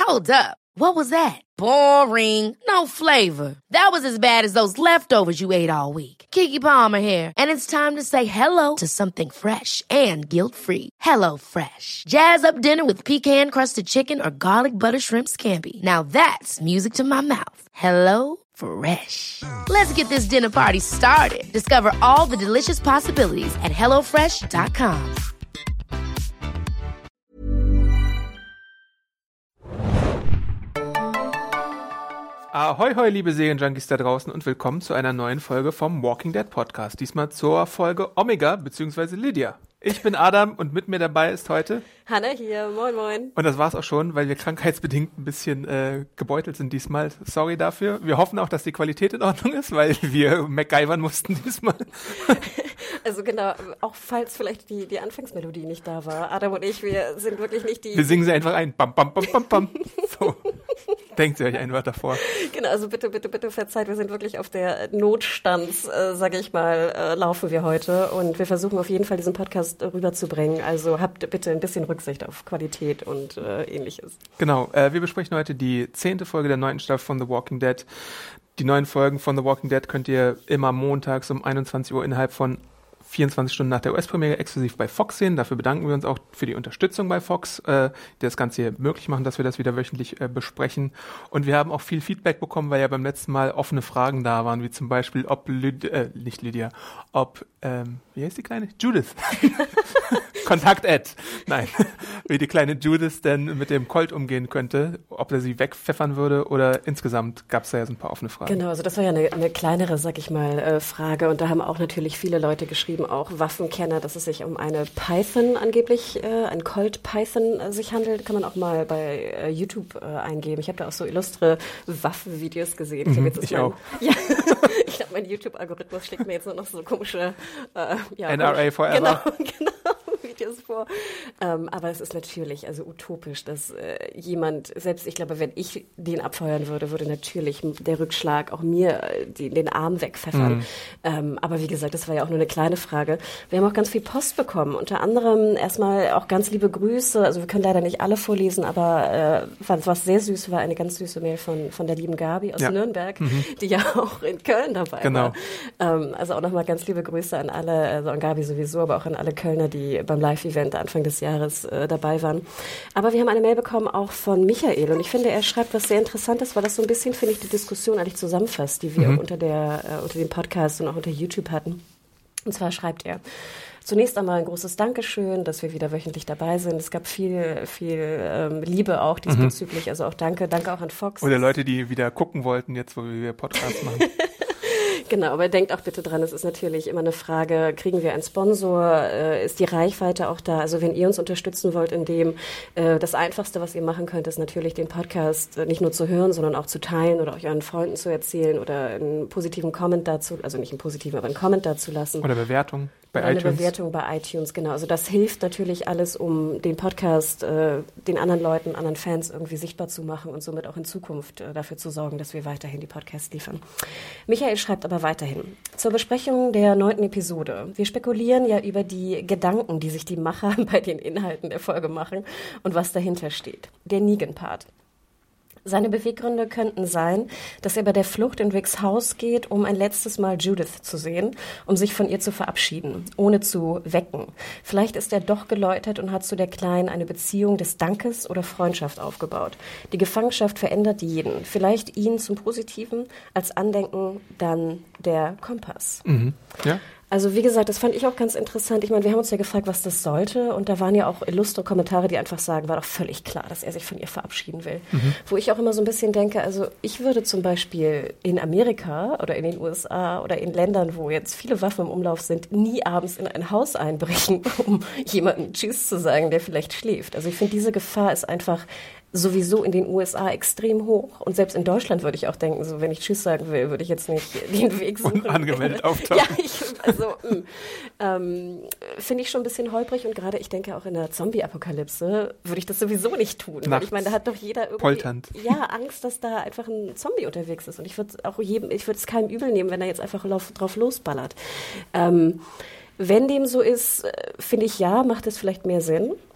Hold up. What was that? Boring. No flavor. That was as bad as those leftovers you ate all week. Keke Palmer here. And it's time to say hello to something fresh and guilt-free. Hello Fresh. Jazz up dinner with pecan-crusted chicken or garlic butter shrimp scampi. Now that's music to my mouth. Hello Fresh. Let's get this dinner party started. Discover all the delicious possibilities at hellofresh.com. Ahoi, hoi, liebe Serienjunkies da draußen und willkommen zu einer neuen Folge vom Walking Dead Podcast. Diesmal zur Folge Omega bzw. Lydia. Ich bin Adam und mit mir dabei ist heute Hanna hier, moin moin. Und das war's auch schon, weil wir krankheitsbedingt ein bisschen gebeutelt sind diesmal. Sorry dafür. Wir hoffen auch, dass die Qualität in Ordnung ist, weil wir MacGyvern mussten diesmal. Also genau, auch falls vielleicht die Anfangsmelodie nicht da war. Adam und ich, wir sind wirklich nicht die... Wir singen sie einfach ein. Bam, bam, bam, bam, bam. So. Denkt ihr euch ein Wort davor. Genau, also bitte verzeiht, wir sind wirklich auf der Notstands, sage ich mal, laufen wir heute. Und wir versuchen auf jeden Fall diesen Podcast rüberzubringen. Also habt bitte ein bisschen Rücksicht auf Qualität und Ähnliches. Genau, wir besprechen heute die 10. Folge der 9. Staffel von The Walking Dead. Die neuen Folgen von The Walking Dead könnt ihr immer montags um 21 Uhr innerhalb von 24 Stunden nach der US-Premiere exklusiv bei Fox sehen. Dafür bedanken wir uns auch für die Unterstützung bei Fox, die das Ganze hier möglich machen, dass wir das wieder wöchentlich besprechen. Und wir haben auch viel Feedback bekommen, weil ja beim letzten Mal offene Fragen da waren, wie zum Beispiel, ob wie heißt die Kleine? Judith. Kontakt @. Nein. Wie die kleine Judith denn mit dem Colt umgehen könnte, ob er sie wegpfeffern würde oder insgesamt gab es da ja so ein paar offene Fragen. Genau, also das war ja eine kleinere, sag ich mal, Frage und da haben auch natürlich viele Leute geschrieben, auch Waffenkenner, dass es sich um eine Python angeblich, ein Colt Python sich handelt, kann man auch mal bei YouTube eingeben. Ich habe da auch so illustre Waffenvideos gesehen. Ich auch. Ja, ich glaube, mein YouTube-Algorithmus schlägt mir jetzt nur noch so komische NRA Forever. Genau. Videos vor. Aber es ist natürlich also utopisch, dass jemand, selbst ich glaube, wenn ich den abfeuern würde, würde natürlich der Rückschlag auch mir den Arm wegpfeffern. Aber wie gesagt, das war ja auch nur eine kleine Frage. Wir haben auch ganz viel Post bekommen. Unter anderem erstmal auch ganz liebe Grüße. Also wir können leider nicht alle vorlesen, aber was sehr süß war, eine ganz süße Mail von der lieben Gabi aus Nürnberg, die ja auch in Köln dabei war. Also auch nochmal ganz liebe Grüße an alle, also an Gabi sowieso, aber auch an alle Kölner, die beim Live-Event Anfang des Jahres dabei waren. Aber wir haben eine Mail bekommen auch von Michael und ich finde, er schreibt was sehr Interessantes, weil das so ein bisschen, finde ich, die Diskussion eigentlich zusammenfasst, die wir unter dem Podcast und auch unter YouTube hatten. Und zwar schreibt er: Zunächst einmal ein großes Dankeschön, dass wir wieder wöchentlich dabei sind. Es gab viel Liebe auch diesbezüglich, also auch danke auch an Fox. Oder Leute, die wieder gucken wollten, jetzt wo wir Podcasts machen. Genau, aber denkt auch bitte dran, es ist natürlich immer eine Frage, kriegen wir einen Sponsor, ist die Reichweite auch da? Also wenn ihr uns unterstützen wollt, indem das Einfachste, was ihr machen könnt, ist natürlich den Podcast nicht nur zu hören, sondern auch zu teilen oder euch euren Freunden zu erzählen oder einen positiven Comment dazu, also nicht einen positiven, aber einen Comment dazu lassen. Oder Bewertung bei iTunes. Eine Bewertung bei iTunes, genau. Also das hilft natürlich alles, um den Podcast den anderen Leuten, anderen Fans irgendwie sichtbar zu machen und somit auch in Zukunft dafür zu sorgen, dass wir weiterhin die Podcasts liefern. Michael schreibt aber weiterhin: Zur Besprechung der 9. Episode. Wir spekulieren ja über die Gedanken, die sich die Macher bei den Inhalten der Folge machen und was dahinter steht. Der Negan-Part. Seine Beweggründe könnten sein, dass er bei der Flucht in Ricks Haus geht, um ein letztes Mal Judith zu sehen, um sich von ihr zu verabschieden, ohne zu wecken. Vielleicht ist er doch geläutert und hat zu der Kleinen eine Beziehung des Dankes oder Freundschaft aufgebaut. Die Gefangenschaft verändert jeden. Vielleicht ihn zum Positiven, als Andenken dann der Kompass. Ja. Also wie gesagt, das fand ich auch ganz interessant. Ich meine, wir haben uns ja gefragt, was das sollte. Und da waren ja auch illustre Kommentare, die einfach sagen, war doch völlig klar, dass er sich von ihr verabschieden will. Wo ich auch immer so ein bisschen denke, also ich würde zum Beispiel in Amerika oder in den USA oder in Ländern, wo jetzt viele Waffen im Umlauf sind, nie abends in ein Haus einbrechen, um jemandem Tschüss zu sagen, der vielleicht schläft. Also ich finde, diese Gefahr ist einfach sowieso in den USA extrem hoch. Und selbst in Deutschland würde ich auch denken, so wenn ich Tschüss sagen will, würde ich jetzt nicht den Weg suchen. Unangemeldet auftauchen. Ja, finde ich schon ein bisschen holprig. Und gerade, ich denke auch in der Zombie-Apokalypse würde ich das sowieso nicht tun. Nachts. Weil ich meine, da hat doch jeder irgendwie Polternd. Ja, Angst, dass da einfach ein Zombie unterwegs ist. Und ich würde es keinem übel nehmen, wenn er jetzt einfach drauf losballert. Wenn dem so ist, finde ich, ja, macht es vielleicht mehr Sinn.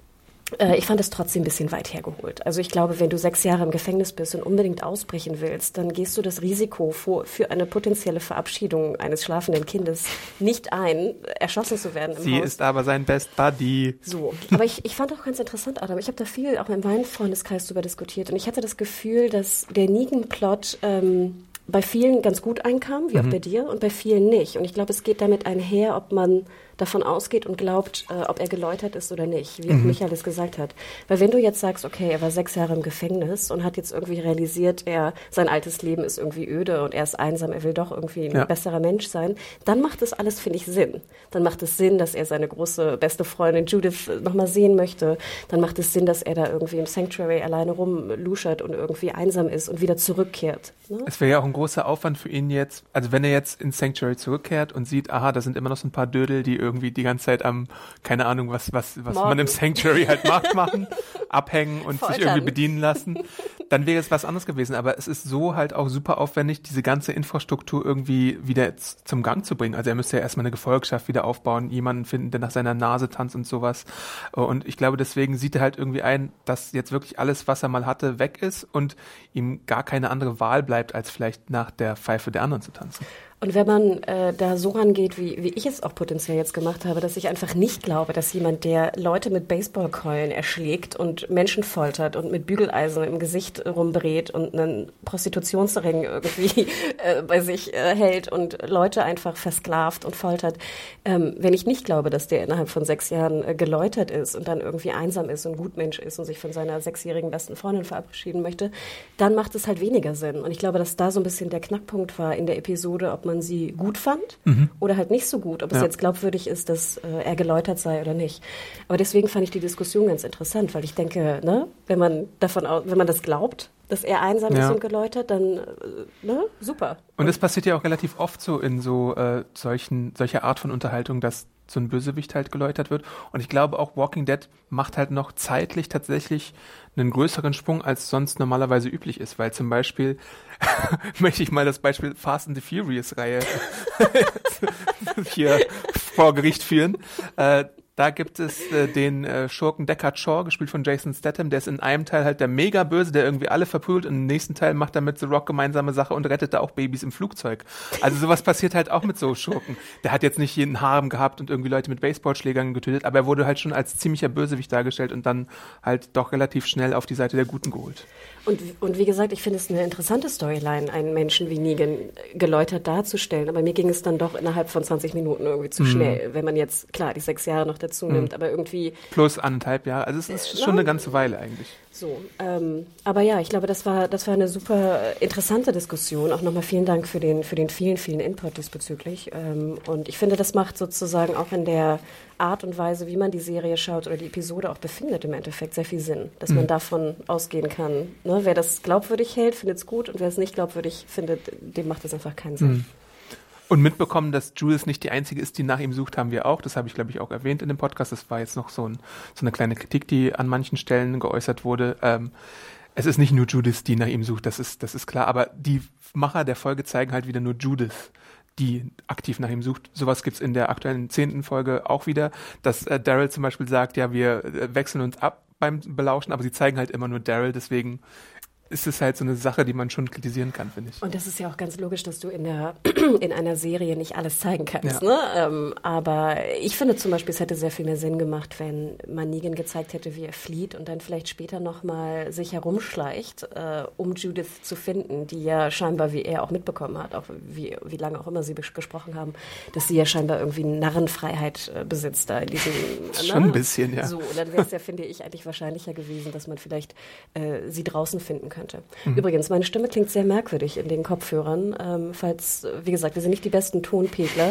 Ich fand es trotzdem ein bisschen weit hergeholt. Also ich glaube, wenn du 6 Jahre im Gefängnis bist und unbedingt ausbrechen willst, dann gehst du das Risiko für eine potenzielle Verabschiedung eines schlafenden Kindes nicht ein, erschossen zu werden im Haus. Sie ist aber sein Best Buddy. So, aber ich fand auch ganz interessant, Adam, ich habe da viel auch mit meinem Freundeskreis drüber diskutiert und ich hatte das Gefühl, dass der Negan-Plot bei vielen ganz gut einkam, wie auch bei dir, und bei vielen nicht. Und ich glaube, es geht damit einher, ob man davon ausgeht und glaubt, ob er geläutert ist oder nicht, wie auch Michael es gesagt hat. Weil wenn du jetzt sagst, okay, er war 6 Jahre im Gefängnis und hat jetzt irgendwie realisiert, sein altes Leben ist irgendwie öde und er ist einsam, er will doch irgendwie ein besserer Mensch sein, dann macht das alles, finde ich, Sinn. Dann macht es Sinn, dass er seine große beste Freundin Judith nochmal sehen möchte. Dann macht es Sinn, dass er da irgendwie im Sanctuary alleine rumluschert und irgendwie einsam ist und wieder zurückkehrt. Ne? Es wäre ja auch ein großer Aufwand für ihn jetzt, also wenn er jetzt ins Sanctuary zurückkehrt und sieht, aha, da sind immer noch so ein paar Dödel, die irgendwie die ganze Zeit keine Ahnung, was man im Sanctuary halt machen, abhängen und sich irgendwie bedienen lassen, dann wäre es was anderes gewesen. Aber es ist so halt auch super aufwendig, diese ganze Infrastruktur irgendwie wieder zum Gang zu bringen. Also er müsste ja erstmal eine Gefolgschaft wieder aufbauen, jemanden finden, der nach seiner Nase tanzt und sowas. Und ich glaube, deswegen sieht er halt irgendwie ein, dass jetzt wirklich alles, was er mal hatte, weg ist und ihm gar keine andere Wahl bleibt, als vielleicht nach der Pfeife der anderen zu tanzen. Und wenn man da so rangeht, wie ich es auch potenziell jetzt gemacht habe, dass ich einfach nicht glaube, dass jemand, der Leute mit Baseballkeulen erschlägt und Menschen foltert und mit Bügeleisen im Gesicht rumbrät und einen Prostitutionsring irgendwie bei sich hält und Leute einfach versklavt und foltert, wenn ich nicht glaube, dass der innerhalb von 6 Jahren geläutert ist und dann irgendwie einsam ist und Gutmensch ist und sich von seiner 6-jährigen besten Freundin verabschieden möchte, dann macht es halt weniger Sinn. Und ich glaube, dass da so ein bisschen der Knackpunkt war in der Episode, ob man sie gut fand oder halt nicht so gut, ob es jetzt glaubwürdig ist, dass er geläutert sei oder nicht. Aber deswegen fand ich die Diskussion ganz interessant, weil ich denke, ne, wenn man das glaubt, dass er einsam ist und geläutert, dann super. Und es passiert ja auch relativ oft so in so solcher Art von Unterhaltung, dass so ein Bösewicht halt geläutert wird. Und ich glaube auch Walking Dead macht halt noch zeitlich tatsächlich einen größeren Sprung, als sonst normalerweise üblich ist. Weil zum Beispiel möchte ich mal das Beispiel Fast and the Furious-Reihe hier vor Gericht führen. Da gibt es den Schurken Deckard Shaw, gespielt von Jason Statham. Der ist in einem Teil halt der Mega-Böse, der irgendwie alle verprügelt. Und im nächsten Teil macht er mit The Rock gemeinsame Sache und rettet da auch Babys im Flugzeug. Also sowas passiert halt auch mit so Schurken. Der hat jetzt nicht jeden Harem gehabt und irgendwie Leute mit Baseballschlägern getötet, aber er wurde halt schon als ziemlicher Bösewicht dargestellt und dann halt doch relativ schnell auf die Seite der Guten geholt. Und wie gesagt, ich finde es eine interessante Storyline, einen Menschen wie Negan geläutert darzustellen. Aber mir ging es dann doch innerhalb von 20 Minuten irgendwie zu schnell, wenn man jetzt, klar, die 6 Jahre noch dazu nimmt, aber irgendwie... Plus 1,5 Jahre, also es ist schon eine ganze Weile eigentlich. So, aber ja, ich glaube, das war eine super interessante Diskussion. Auch nochmal vielen Dank für den vielen, vielen Input diesbezüglich. Und ich finde, das macht sozusagen auch in der Art und Weise, wie man die Serie schaut oder die Episode auch befindet, im Endeffekt sehr viel Sinn. Dass man davon ausgehen kann. Ne? Wer das glaubwürdig hält, findet es gut. Und wer es nicht glaubwürdig findet, dem macht es einfach keinen Sinn. Und mitbekommen, dass Judith nicht die Einzige ist, die nach ihm sucht, haben wir auch. Das habe ich, glaube ich, auch erwähnt in dem Podcast. Das war jetzt noch so eine kleine Kritik, die an manchen Stellen geäußert wurde. Es ist nicht nur Judith, die nach ihm sucht, das ist klar. Aber die Macher der Folge zeigen halt wieder nur Judith, die aktiv nach ihm sucht. Sowas gibt's in der aktuellen 10. Folge auch wieder, dass Daryl zum Beispiel sagt, ja, wir wechseln uns ab beim Belauschen, aber sie zeigen halt immer nur Daryl, deswegen ist es halt so eine Sache, die man schon kritisieren kann, finde ich. Und das ist ja auch ganz logisch, dass du in einer Serie nicht alles zeigen kannst. Ja. Ne? Aber ich finde zum Beispiel, es hätte sehr viel mehr Sinn gemacht, wenn man Negan gezeigt hätte, wie er flieht und dann vielleicht später nochmal sich herumschleicht, um Judith zu finden, die ja scheinbar, wie er auch mitbekommen hat, auch wie lange auch immer sie gesprochen haben, dass sie ja scheinbar irgendwie Narrenfreiheit besitzt da in diesem... Schon ein bisschen, ja. So, und dann wäre es ja, finde ich, eigentlich wahrscheinlicher gewesen, dass man vielleicht sie draußen finden könnte. Übrigens, meine Stimme klingt sehr merkwürdig in den Kopfhörern. Falls, wie gesagt, wir sind nicht die besten Tonpegler,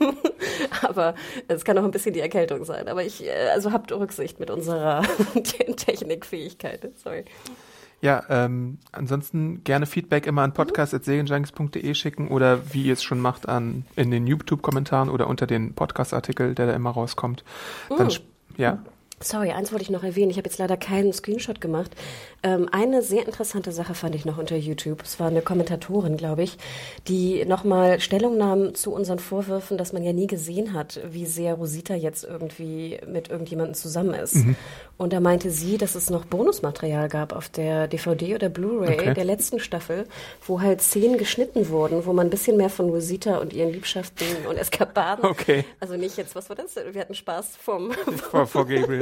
aber es kann auch ein bisschen die Erkältung sein. Aber also habt Rücksicht mit unserer Technikfähigkeit. Sorry. Ja, ansonsten gerne Feedback immer an podcast@serienjunkies.de schicken oder wie ihr es schon macht in den YouTube-Kommentaren oder unter den Podcast-Artikel, der da immer rauskommt. Dann, ja. Sorry, eins wollte ich noch erwähnen. Ich habe jetzt leider keinen Screenshot gemacht. Eine sehr interessante Sache fand ich noch unter YouTube. Es war eine Kommentatorin, glaube ich, die nochmal Stellung nahm zu unseren Vorwürfen, dass man ja nie gesehen hat, wie sehr Rosita jetzt irgendwie mit irgendjemandem zusammen ist. Und da meinte sie, dass es noch Bonusmaterial gab auf der DVD oder Blu-ray der letzten Staffel, wo halt Szenen geschnitten wurden, wo man ein bisschen mehr von Rosita und ihren Liebschaften und Eskapaden. Okay. Also nicht jetzt, was war das? Wir hatten Spaß vor Gabriel.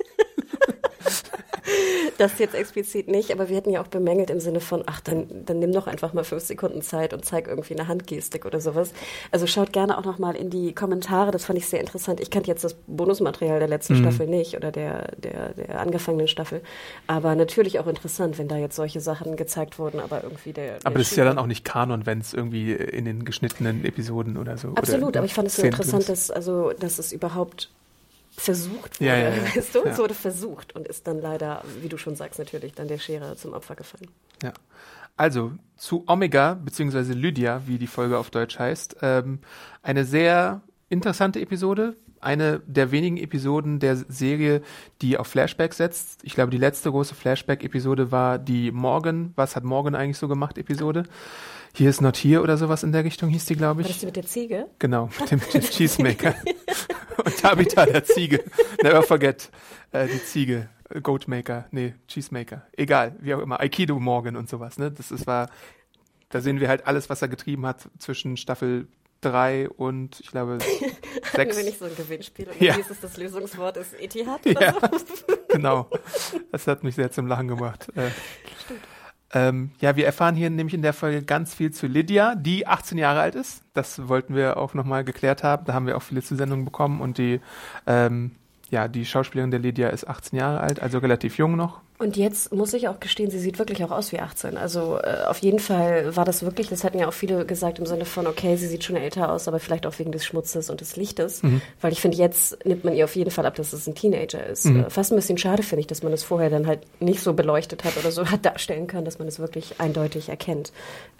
Das jetzt explizit nicht, aber wir hätten ja auch bemängelt im Sinne von, dann nimm doch einfach mal 5 Sekunden Zeit und zeig irgendwie eine Handgestik oder sowas. Also schaut gerne auch nochmal in die Kommentare, das fand ich sehr interessant. Ich kannte jetzt das Bonusmaterial der letzten Staffel nicht oder der angefangenen Staffel, aber natürlich auch interessant, wenn da jetzt solche Sachen gezeigt wurden, aber irgendwie Aber das ist ja dann auch nicht Kanon, wenn es irgendwie in den geschnittenen Episoden oder so. Absolut, oder aber ich fand es so interessant, dass es überhaupt versucht wurde, ja. weißt du? Es wurde versucht und ist dann leider, wie du schon sagst, natürlich dann der Schere zum Opfer gefallen. Ja. Also zu Omega, beziehungsweise Lydia, wie die Folge auf Deutsch heißt, eine sehr interessante Episode, eine der wenigen Episoden der Serie, die auf Flashback setzt. Ich glaube, die letzte große Flashback-Episode war die Morgan, was hat Morgan eigentlich so gemacht, Episode. Hier ist Not Here oder sowas in der Richtung hieß die, glaube ich. War das die mit der Ziege? Genau, mit dem Cheesemaker. Und Tabitha, der Ziege. Never forget, die Ziege. Goatmaker, Cheesemaker. Egal, wie auch immer. Aikido Morgan und sowas, ne? Da sehen wir halt alles, was er getrieben hat zwischen Staffel 3 und, ich glaube, 6. Hatten wir nicht so ein Gewinnspiel und ja. hieß es, das Lösungswort ist Etihad ja, oder so? Genau. Das hat mich sehr zum Lachen gebracht. Wir erfahren hier nämlich in der Folge ganz viel zu Lydia, die 18 Jahre alt ist. Das wollten wir auch nochmal geklärt haben. Da haben wir auch viele Zusendungen bekommen und die Schauspielerin der Lydia ist 18 Jahre alt, also relativ jung noch. Und jetzt muss ich auch gestehen, sie sieht wirklich auch aus wie 18. Also auf jeden Fall war das wirklich, das hatten ja auch viele gesagt im Sinne von, okay, sie sieht schon älter aus, aber vielleicht auch wegen des Schmutzes und des Lichtes. Weil ich finde, jetzt nimmt man ihr auf jeden Fall ab, dass es ein Teenager ist. Fast ein bisschen schade finde ich, dass man es vorher dann halt nicht so beleuchtet hat oder so hat darstellen können, dass man es wirklich eindeutig erkennt.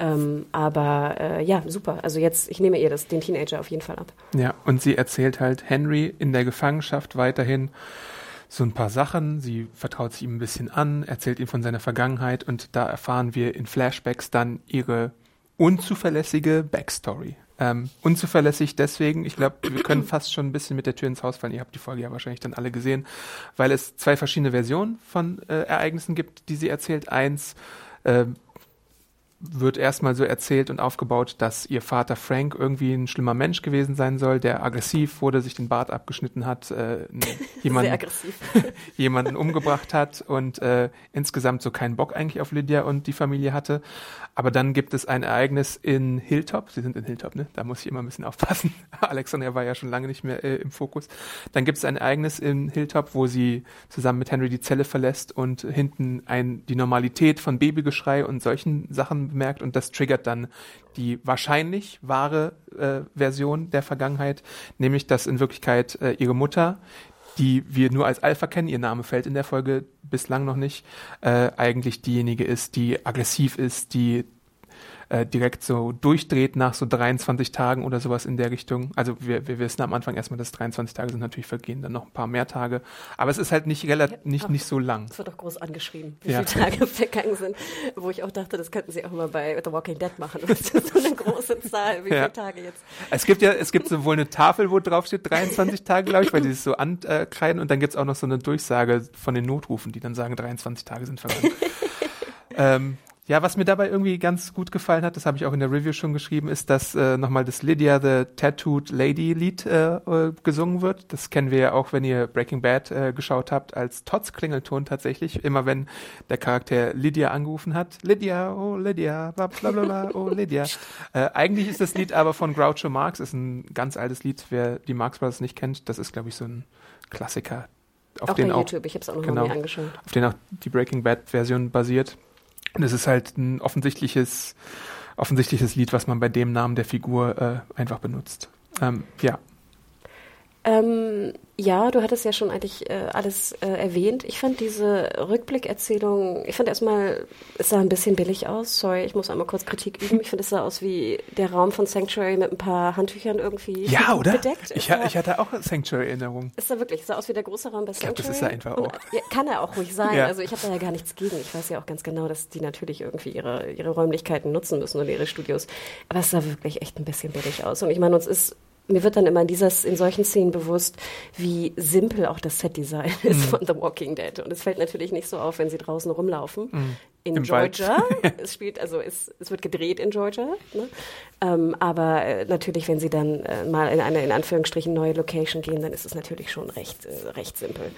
Super. Also jetzt, ich nehme ihr den Teenager auf jeden Fall ab. Ja, und sie erzählt halt Henry in der Gefangenschaft weiterhin so ein paar Sachen. Sie vertraut sich ihm ein bisschen an, erzählt ihm von seiner Vergangenheit und da erfahren wir in Flashbacks dann ihre unzuverlässige Backstory. Unzuverlässig deswegen, ich glaube, wir können fast schon ein bisschen mit der Tür ins Haus fallen. Ihr habt die Folge ja wahrscheinlich dann alle gesehen, weil es 2 verschiedene Versionen von Ereignissen gibt, die sie erzählt. Eins wird erstmal so erzählt und aufgebaut, dass ihr Vater Frank irgendwie ein schlimmer Mensch gewesen sein soll, der aggressiv wurde, sich den Bart abgeschnitten hat, jemanden umgebracht hat und insgesamt so keinen Bock eigentlich auf Lydia und die Familie hatte. Aber dann gibt es ein Ereignis in Hilltop. Sie sind in Hilltop, ne? Da muss ich immer ein bisschen aufpassen. Alexandria war ja schon lange nicht mehr im Fokus. Dann gibt es ein Ereignis in Hilltop, wo sie zusammen mit Henry die Zelle verlässt und hinten die Normalität von Babygeschrei und solchen Sachen bemerkt und das triggert dann die wahrscheinlich wahre Version der Vergangenheit, nämlich dass in Wirklichkeit ihre Mutter, die wir nur als Alpha kennen, ihr Name fällt in der Folge bislang noch nicht, eigentlich diejenige ist, die aggressiv ist, die direkt so durchdreht nach so 23 Tagen oder sowas in der Richtung. Also wir wissen am Anfang erstmal, dass 23 Tage sind, natürlich vergehen dann noch ein paar mehr Tage. Aber es ist halt nicht so lang. Es wird auch groß angeschrieben, wie viele Tage vergangen sind, wo ich auch dachte, das könnten sie auch mal bei The Walking Dead machen. Das ist so eine große Zahl, wie viele Tage jetzt. Es gibt so wohl eine Tafel, wo drauf steht 23 Tage, glaube ich, weil die es so ankreiden und dann gibt es auch noch so eine Durchsage von den Notrufen, die dann sagen, 23 Tage sind vergangen. Was mir dabei irgendwie ganz gut gefallen hat, das habe ich auch in der Review schon geschrieben, ist, dass nochmal das Lydia the Tattooed Lady Lied gesungen wird. Das kennen wir ja auch, wenn ihr Breaking Bad geschaut habt, als Todds Klingelton tatsächlich. Immer wenn der Charakter Lydia angerufen hat. Lydia, oh Lydia, bla bla bla, oh Lydia. Eigentlich ist das Lied aber von Groucho Marx, ist ein ganz altes Lied. Wer die Marx Brothers nicht kennt, das ist, glaube ich, so ein Klassiker. Auch bei YouTube, ich habe es auch noch mal mir angeschaut. Auf den auch die Breaking Bad Version basiert. Und es ist halt ein offensichtliches Lied, was man bei dem Namen der Figur einfach benutzt. Ja, du hattest ja schon eigentlich alles erwähnt. Ich fand diese Rückblickerzählung, ich fand erstmal, es sah ein bisschen billig aus. Sorry, ich muss einmal kurz Kritik üben. Ich finde, es sah aus wie der Raum von Sanctuary mit ein paar Handtüchern irgendwie bedeckt. Ich hatte auch Sanctuary-Erinnerungen. Es sah aus wie der große Raum bei Sanctuary. Ich glaube, das ist er einfach auch. Ja, kann er auch ruhig sein. Ja. Also ich habe da ja gar nichts gegen. Ich weiß ja auch ganz genau, dass die natürlich irgendwie ihre Räumlichkeiten nutzen müssen oder ihre Studios. Aber es sah wirklich echt ein bisschen billig aus. Und ich meine, mir wird dann immer in solchen Szenen bewusst, wie simpel auch das Setdesign ist von The Walking Dead. Und es fällt natürlich nicht so auf, wenn sie draußen rumlaufen. In Im Georgia. Es wird gedreht in Georgia. Ne? Aber natürlich, wenn sie dann mal in eine, in Anführungsstrichen, neue Location gehen, dann ist es natürlich schon recht simpel.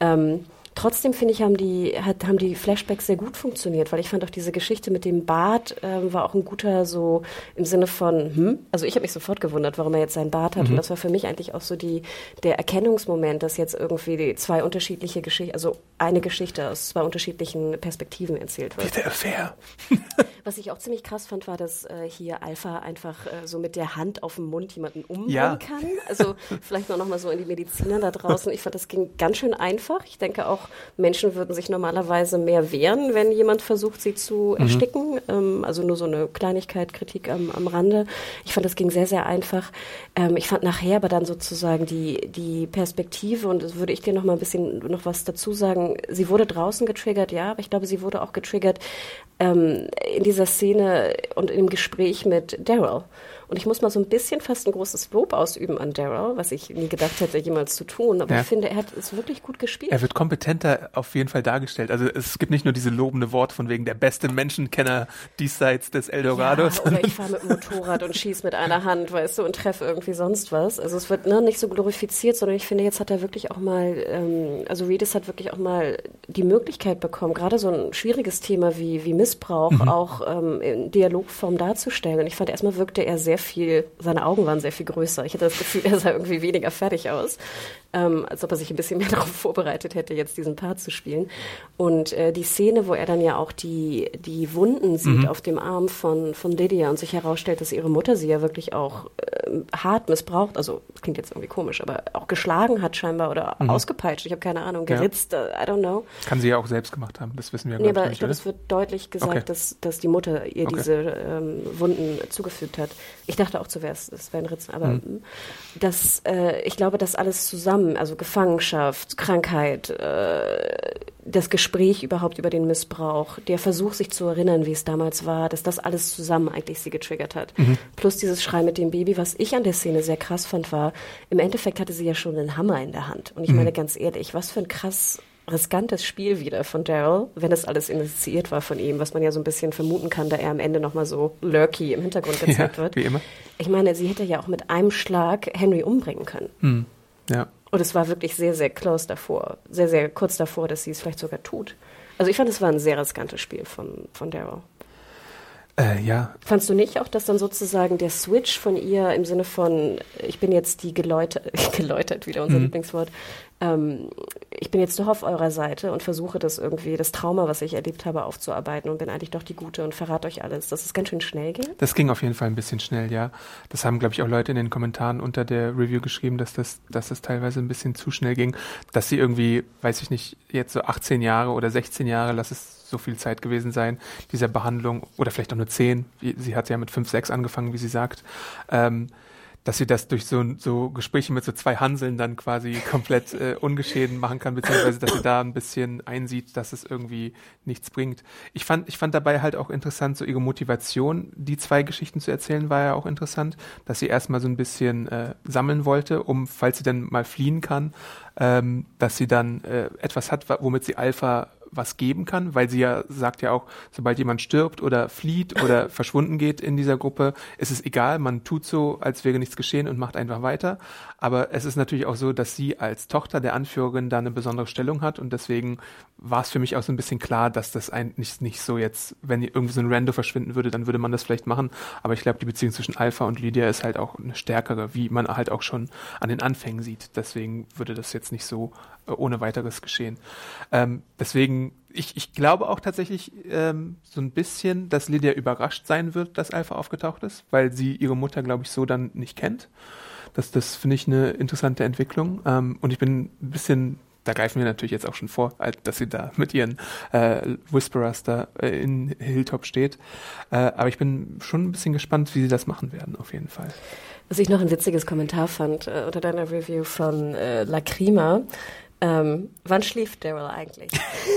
Trotzdem, finde ich, haben die Flashbacks sehr gut funktioniert, weil ich fand auch diese Geschichte mit dem Bart war auch ein guter, so im Sinne von, also ich habe mich sofort gewundert, warum er jetzt seinen Bart hat. Und das war für mich eigentlich auch so der Erkennungsmoment, dass jetzt irgendwie die zwei unterschiedliche Geschichten, also eine Geschichte aus zwei unterschiedlichen Perspektiven erzählt wird. Bitte fair. Was ich auch ziemlich krass fand, war, dass hier Alpha einfach so mit der Hand auf dem Mund jemanden umbringen kann. Also vielleicht noch mal so in die Mediziner da draußen. Ich fand, das ging ganz schön einfach. Ich denke auch, Menschen würden sich normalerweise mehr wehren, wenn jemand versucht, sie zu ersticken. Also nur so eine Kleinigkeit, Kritik am Rande. Ich fand, das ging sehr, sehr einfach. Ich fand nachher aber dann sozusagen die Perspektive, und das würde ich dir noch mal ein bisschen noch was dazu sagen. Sie wurde draußen getriggert, ja, aber ich glaube, sie wurde auch getriggert in dieser Szene und im Gespräch mit Daryl. Und ich muss mal so ein bisschen fast ein großes Lob ausüben an Daryl, was ich nie gedacht hätte, jemals zu tun. Aber ich finde, er hat es wirklich gut gespielt. Er wird kompetenter auf jeden Fall dargestellt. Also es gibt nicht nur diese lobende Worte von wegen der beste Menschenkenner diesseits des Eldorados. Ja, oder ich fahre mit dem Motorrad und schieße mit einer Hand, weißt du, und treffe irgendwie sonst was. Also es wird nicht so glorifiziert, sondern ich finde, jetzt hat er wirklich auch mal, also Reedus hat wirklich auch mal die Möglichkeit bekommen, gerade so ein schwieriges Thema wie Missbrauch auch in Dialogform darzustellen. Und ich fand, erstmal wirkte er seine Augen waren sehr viel größer. Ich hatte das Gefühl, er sah irgendwie weniger fertig aus, als ob er sich ein bisschen mehr darauf vorbereitet hätte, jetzt diesen Part zu spielen. Und die Szene, wo er dann ja auch die Wunden sieht auf dem Arm von Lydia und sich herausstellt, dass ihre Mutter sie ja wirklich auch hart missbraucht, also das klingt jetzt irgendwie komisch, aber auch geschlagen hat scheinbar oder ausgepeitscht, ich habe keine Ahnung, geritzt, I don't know. Kann sie ja auch selbst gemacht haben, das wissen wir, glaube ich, aber ich glaube, es wird deutlich gesagt, dass die Mutter ihr diese Wunden zugefügt hat. Ich dachte auch zuerst, es wären Ritzen, aber ich glaube, das alles zusammen, also Gefangenschaft, Krankheit, das Gespräch überhaupt über den Missbrauch, der Versuch, sich zu erinnern, wie es damals war, dass das alles zusammen eigentlich sie getriggert hat. Plus dieses Schrei mit dem Baby, was ich an der Szene sehr krass fand, war, im Endeffekt hatte sie ja schon einen Hammer in der Hand. Und ich meine ganz ehrlich, was für ein krass riskantes Spiel wieder von Daryl, wenn das alles initiiert war von ihm, was man ja so ein bisschen vermuten kann, da er am Ende nochmal so lurky im Hintergrund gezeigt wird. Wie immer. Ich meine, sie hätte ja auch mit einem Schlag Henry umbringen können. Ja. Und es war wirklich sehr, sehr close davor, sehr, sehr kurz davor, dass sie es vielleicht sogar tut. Also ich fand, es war ein sehr riskantes Spiel von Daryl. Ja. Fandst du nicht auch, dass dann sozusagen der Switch von ihr im Sinne von, ich bin jetzt die geläutert, wieder unser Lieblingswort, ich bin jetzt doch auf eurer Seite und versuche das Trauma, was ich erlebt habe, aufzuarbeiten und bin eigentlich doch die Gute und verrate euch alles, dass es ganz schön schnell ging? Das ging auf jeden Fall ein bisschen schnell, ja. Das haben, glaube ich, auch Leute in den Kommentaren unter der Review geschrieben, dass das teilweise ein bisschen zu schnell ging, dass sie irgendwie, weiß ich nicht, jetzt so 18 Jahre oder 16 Jahre, lass es so viel Zeit gewesen sein, dieser Behandlung, oder vielleicht auch nur 10, sie hat ja mit 5, 6 angefangen, wie sie sagt, dass sie das durch so Gespräche mit so zwei Hanseln dann quasi komplett ungeschehen machen kann, beziehungsweise dass sie da ein bisschen einsieht, dass es irgendwie nichts bringt. Ich fand dabei halt auch interessant, so ihre Motivation, die zwei Geschichten zu erzählen, war ja auch interessant, dass sie erstmal so ein bisschen sammeln wollte, falls sie dann mal fliehen kann, dass sie dann etwas hat, womit sie Alpha was geben kann, weil sie ja sagt ja auch, sobald jemand stirbt oder flieht oder verschwunden geht in dieser Gruppe, ist es egal, man tut so, als wäre nichts geschehen und macht einfach weiter. Aber es ist natürlich auch so, dass sie als Tochter der Anführerin da eine besondere Stellung hat und deswegen war es für mich auch so ein bisschen klar, dass das eigentlich nicht so jetzt, wenn irgendwie so ein Rando verschwinden würde, dann würde man das vielleicht machen. Aber ich glaube, die Beziehung zwischen Alpha und Lydia ist halt auch eine stärkere, wie man halt auch schon an den Anfängen sieht. Deswegen würde das jetzt nicht so ohne weiteres geschehen. Deswegen, ich glaube auch tatsächlich so ein bisschen, dass Lydia überrascht sein wird, dass Alpha aufgetaucht ist, weil sie ihre Mutter, glaube ich, so dann nicht kennt. Das finde ich eine interessante Entwicklung. Und ich bin ein bisschen, da greifen wir natürlich jetzt auch schon vor, dass sie da mit ihren Whisperers da in Hilltop steht. Aber ich bin schon ein bisschen gespannt, wie sie das machen werden, auf jeden Fall. Was ich noch ein witziges Kommentar fand unter deiner Review von Lacrima. Wann schläft Daryl eigentlich?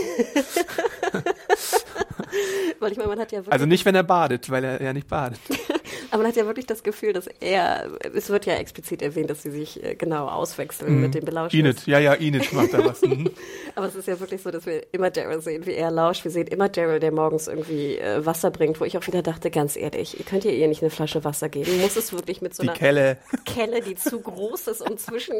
Weil ich meine, man hat ja wirklich... Also nicht, wenn er badet, weil er ja nicht badet. Aber man hat ja wirklich das Gefühl, dass es wird ja explizit erwähnt, dass sie sich genau auswechseln mit dem Belauschen. Enid, Enid macht da was. Aber es ist ja wirklich so, dass wir immer Daryl sehen, wie er lauscht. Wir sehen immer Daryl, der morgens irgendwie Wasser bringt, wo ich auch wieder dachte, ganz ehrlich, ihr könnt ihr nicht eine Flasche Wasser geben. Muss es wirklich mit so einer Kelle, die zu groß ist, um zwischen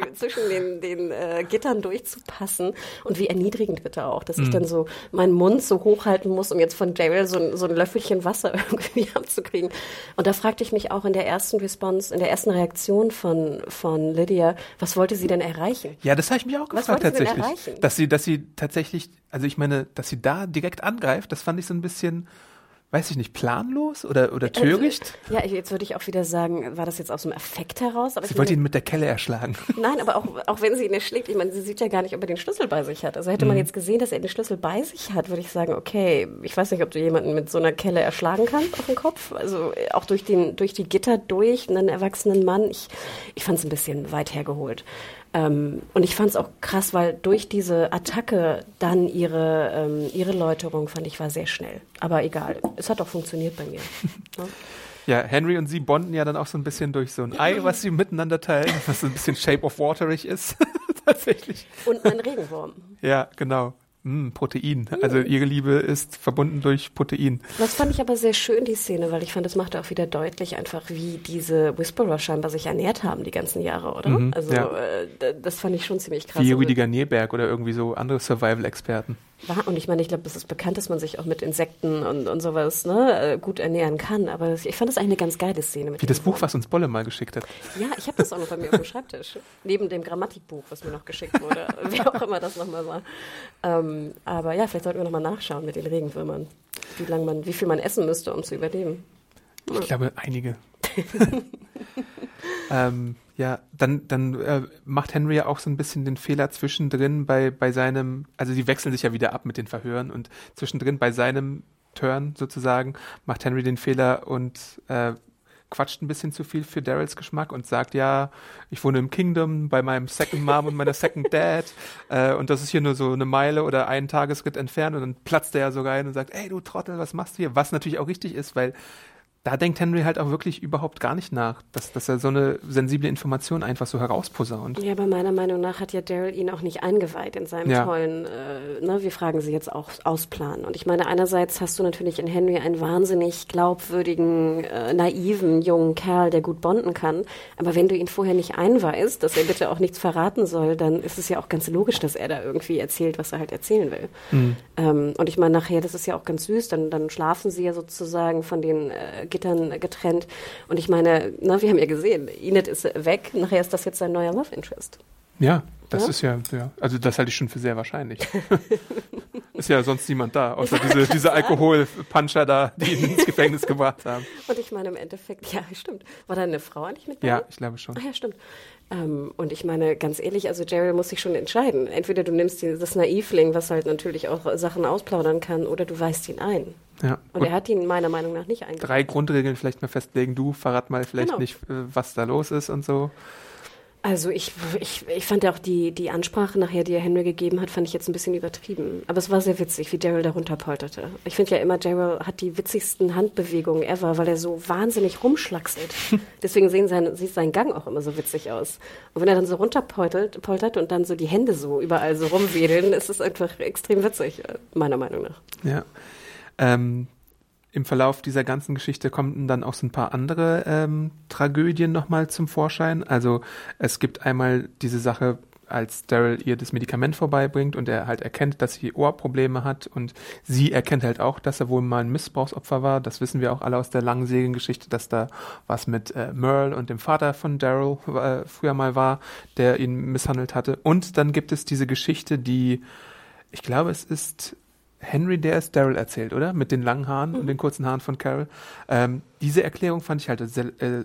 den Gittern durchzupassen. Und wie erniedrigend bitte auch, dass ich dann so meinen Mund so hochhalten muss, um jetzt von Daryl so ein Löffelchen Wasser irgendwie abzukriegen. Und da fragte ich mich auch in der ersten Response, in der ersten Reaktion von Lydia, was wollte sie denn erreichen? Ja, das habe ich mich auch gefragt tatsächlich. Dass sie tatsächlich, also ich meine, dass sie da direkt angreift, das fand ich so ein bisschen, weiß ich nicht, planlos oder töricht? Ja, jetzt würde ich auch wieder sagen, war das jetzt aus dem Affekt heraus? Aber sie wollte ihn mit der Kelle erschlagen. Nein, aber auch wenn sie ihn erschlägt, ich meine, sie sieht ja gar nicht, ob er den Schlüssel bei sich hat. Also hätte man jetzt gesehen, dass er den Schlüssel bei sich hat, würde ich sagen, okay, ich weiß nicht, ob du jemanden mit so einer Kelle erschlagen kannst auf den Kopf. Also auch durch die Gitter durch, einen erwachsenen Mann. Ich fand es ein bisschen weit hergeholt. Und ich fand es auch krass, weil durch diese Attacke dann ihre Läuterung, fand ich, war sehr schnell. Aber egal, es hat auch funktioniert bei mir. Ja, Henry und sie bonden ja dann auch so ein bisschen durch so ein Ei, was sie miteinander teilen, was so ein bisschen Shape of Waterig ist. Tatsächlich. Und ein Regenwurm. Ja, genau. Protein. Also ihre Liebe ist verbunden durch Protein. Das fand ich aber sehr schön, die Szene, weil ich fand, das machte auch wieder deutlich einfach, wie diese Whisperer scheinbar sich ernährt haben die ganzen Jahre, oder? Das fand ich schon ziemlich krass. Wie Rüdiger Neberg oder irgendwie so andere Survival-Experten. Und ich meine, ich glaube, es ist bekannt, dass man sich auch mit Insekten und sowas gut ernähren kann. Aber ich fand das eigentlich eine ganz geile Szene. Wie das Buch, was uns Bolle mal geschickt hat. Ja, ich habe das auch noch bei mir auf dem Schreibtisch. Neben dem Grammatikbuch, was mir noch geschickt wurde. Wer auch immer das nochmal war. Aber ja, vielleicht sollten wir nochmal nachschauen mit den Regenwürmern. Wie viel man essen müsste, um zu überleben. Ich glaube, einige. Ja, dann macht Henry ja auch so ein bisschen den Fehler zwischendrin bei seinem, also sie wechseln sich ja wieder ab mit den Verhören und zwischendrin bei seinem Turn sozusagen macht Henry den Fehler und quatscht ein bisschen zu viel für Daryls Geschmack und sagt, ja, ich wohne im Kingdom bei meinem Second Mom und meiner Second Dad und das ist hier nur so eine Meile oder einen Tagesritt entfernt und dann platzt er ja so rein und sagt, ey, du Trottel, was machst du hier? Was natürlich auch richtig ist, weil da denkt Henry halt auch wirklich überhaupt gar nicht nach, dass er so eine sensible Information einfach so herausposaunt. Ja, aber meiner Meinung nach hat ja Daryl ihn auch nicht eingeweiht in seinem tollen, wir fragen sie jetzt auch, Ausplan. Und ich meine, einerseits hast du natürlich in Henry einen wahnsinnig glaubwürdigen, naiven, jungen Kerl, der gut bonden kann. Aber wenn du ihn vorher nicht einweist, dass er bitte auch nichts verraten soll, dann ist es ja auch ganz logisch, dass er da irgendwie erzählt, was er halt erzählen will. Und ich meine, nachher, das ist ja auch ganz süß, dann schlafen sie ja sozusagen von den Gittern getrennt. Und ich meine, wir haben ja gesehen, Enid ist weg, nachher ist das jetzt sein neuer Love Interest. Ja, das ist ja, also das halte ich schon für sehr wahrscheinlich. Ist ja sonst niemand da, außer diese Alkoholpuncher da, die ihn ins Gefängnis gebracht haben. Und ich meine, im Endeffekt, ja, stimmt. War da eine Frau eigentlich mit dabei? Ja, ich glaube schon. Ach ja, stimmt. Und ich meine, ganz ehrlich, also Daryl muss sich schon entscheiden. Entweder du nimmst das Naivling, was halt natürlich auch Sachen ausplaudern kann, oder du weist ihn ein. Ja. Und er hat ihn meiner Meinung nach nicht eingebaut. 3 Grundregeln vielleicht mal festlegen. Du, verrat mal vielleicht nicht, was da los ist und so. Also ich fand auch die Ansprache nachher, die er Henry gegeben hat, fand ich jetzt ein bisschen übertrieben. Aber es war sehr witzig, wie Daryl da runterpolterte. Ich finde ja immer, Daryl hat die witzigsten Handbewegungen ever, weil er so wahnsinnig rumschlackselt. Deswegen sieht sein Gang auch immer so witzig aus. Und wenn er dann so runterpoltert und dann so die Hände so überall so rumwedeln, ist es einfach extrem witzig, meiner Meinung nach. Ja. Im Verlauf dieser ganzen Geschichte kommen dann auch so ein paar andere Tragödien nochmal zum Vorschein. Also es gibt einmal diese Sache, als Daryl ihr das Medikament vorbeibringt und er halt erkennt, dass sie Ohrprobleme hat und sie erkennt halt auch, dass er wohl mal ein Missbrauchsopfer war. Das wissen wir auch alle aus der langen Seriengeschichte, dass da was mit Merle und dem Vater von Daryl früher mal war, der ihn misshandelt hatte. Und dann gibt es diese Geschichte, die, ich glaube, es ist Henry, der es Daryl erzählt, oder? Mit den langen Haaren und den kurzen Haaren von Carol. Diese Erklärung fand ich halt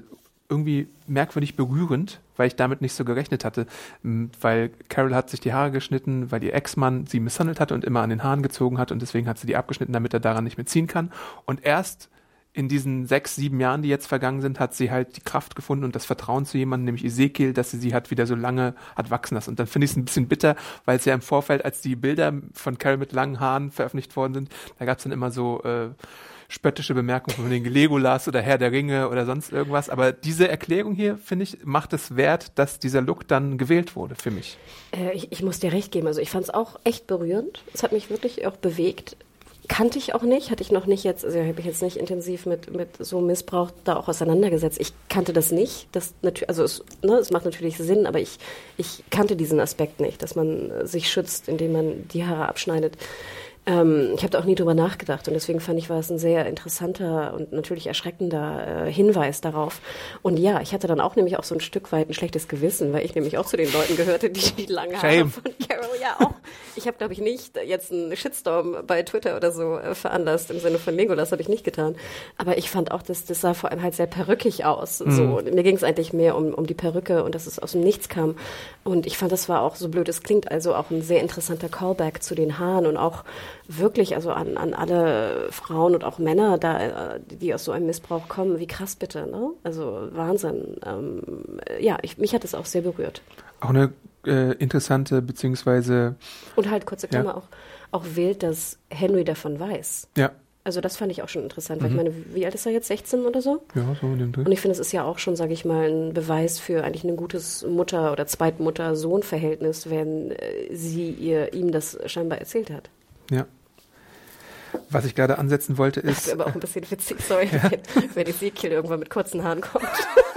irgendwie merkwürdig berührend, weil ich damit nicht so gerechnet hatte. Weil Carol hat sich die Haare geschnitten, weil ihr Ex-Mann sie misshandelt hatte und immer an den Haaren gezogen hat und deswegen hat sie die abgeschnitten, damit er daran nicht mehr ziehen kann. Und erst in diesen 6, 7 Jahren, die jetzt vergangen sind, hat sie halt die Kraft gefunden und das Vertrauen zu jemandem, nämlich Ezekiel, dass sie hat wieder so lange hat wachsen lassen. Und dann finde ich es ein bisschen bitter, weil es ja im Vorfeld, als die Bilder von Carol mit langen Haaren veröffentlicht worden sind, da gab es dann immer so spöttische Bemerkungen von den Legolas oder Herr der Ringe oder sonst irgendwas. Aber diese Erklärung hier, finde ich, macht es wert, dass dieser Look dann gewählt wurde für mich. Ich muss dir recht geben. Also ich fand es auch echt berührend. Es hat mich wirklich auch bewegt. Kannte ich auch nicht, hatte ich noch nicht jetzt, also habe ich jetzt nicht intensiv mit so Missbrauch da auch auseinandergesetzt. Ich kannte das nicht. Das natürlich, also es macht natürlich Sinn, aber ich kannte diesen Aspekt nicht, dass man sich schützt, indem man die Haare abschneidet. Ich habe da auch nie drüber nachgedacht und deswegen fand ich, war es ein sehr interessanter und natürlich erschreckender Hinweis darauf. Und ja, ich hatte dann auch nämlich auch so ein Stück weit ein schlechtes Gewissen, weil ich nämlich auch zu den Leuten gehörte, die lange Haare von Carol, ja auch. Ich habe, glaube ich, nicht jetzt einen Shitstorm bei Twitter oder so veranlasst, im Sinne von Legolas habe ich nicht getan. Aber ich fand auch, das sah vor allem halt sehr perückig aus. So. Mir ging es eigentlich mehr um die Perücke und dass es aus dem Nichts kam. Und ich fand, das war auch, so blöd es klingt, also auch ein sehr interessanter Callback zu den Haaren und auch wirklich, also an alle Frauen und auch Männer, die aus so einem Missbrauch kommen, wie krass bitte, ne? Also Wahnsinn. Mich hat es auch sehr berührt. Auch eine interessante, beziehungsweise... Und halt, kurze Klammer, auch wild, dass Henry davon weiß. Ja. Also das fand ich auch schon interessant, weil ich meine, wie alt ist er jetzt, 16 oder so? Ja, so in dem Dreh. Und ich finde, es ist ja auch schon, sage ich mal, ein Beweis für eigentlich ein gutes Mutter- oder Zweitmutter-Sohn-Verhältnis, wenn sie ihm das scheinbar erzählt hat. Ja. Was ich gerade ansetzen wollte ist... Das ist aber auch ein bisschen witzig, sorry, wenn Ezekiel irgendwann mit kurzen Haaren kommt.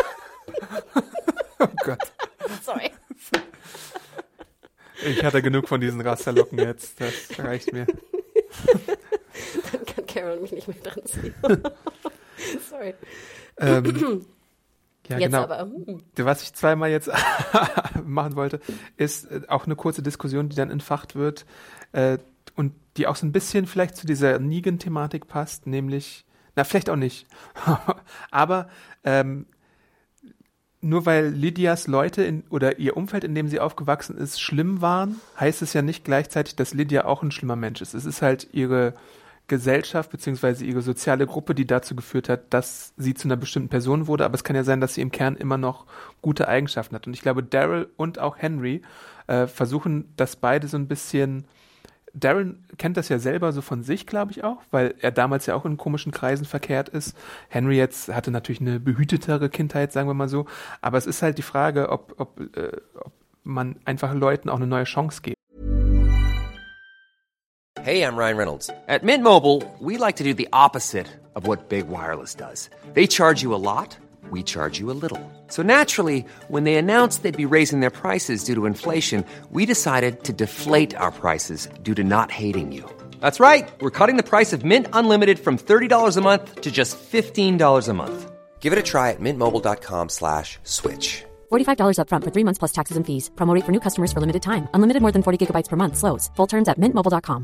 Oh Gott. Sorry. Ich hatte genug von diesen Rasterlocken jetzt, das reicht mir. Dann kann Carol mich nicht mehr dran ziehen. Sorry. Ja, jetzt genau. Aber. Was ich zweimal jetzt machen wollte, ist auch eine kurze Diskussion, die dann entfacht wird und die auch so ein bisschen vielleicht zu dieser Negan-Thematik passt, nämlich, na, vielleicht auch nicht, aber nur weil Lydias Leute oder ihr Umfeld, in dem sie aufgewachsen ist, schlimm waren, heißt es ja nicht gleichzeitig, dass Lydia auch ein schlimmer Mensch ist. Es ist halt ihre Gesellschaft bzw. ihre soziale Gruppe, die dazu geführt hat, dass sie zu einer bestimmten Person wurde, aber es kann ja sein, dass sie im Kern immer noch gute Eigenschaften hat. Und ich glaube, Daryl und auch Henry versuchen das beide so ein bisschen... Daryl kennt das ja selber so von sich, glaube ich auch, weil er damals ja auch in komischen Kreisen verkehrt ist. Henry jetzt hatte natürlich eine behütetere Kindheit, sagen wir mal so. Aber es ist halt die Frage, ob man einfach Leuten auch eine neue Chance gibt. Hey, I'm Ryan Reynolds. At Mint Mobile, we like to do the opposite of what Big Wireless does. They charge you a lot. We charge you a little. So naturally, when they announced they'd be raising their prices due to inflation, we decided to deflate our prices due to not hating you. That's right. We're cutting the price of Mint Unlimited from $30 a month to just $15 a month. Give it a try at mintmobile.com/switch. $45 up front for 3 months plus taxes and fees. Promo rate for new customers for limited time. Unlimited more than 40 gigabytes per month. Slows full terms at mintmobile.com.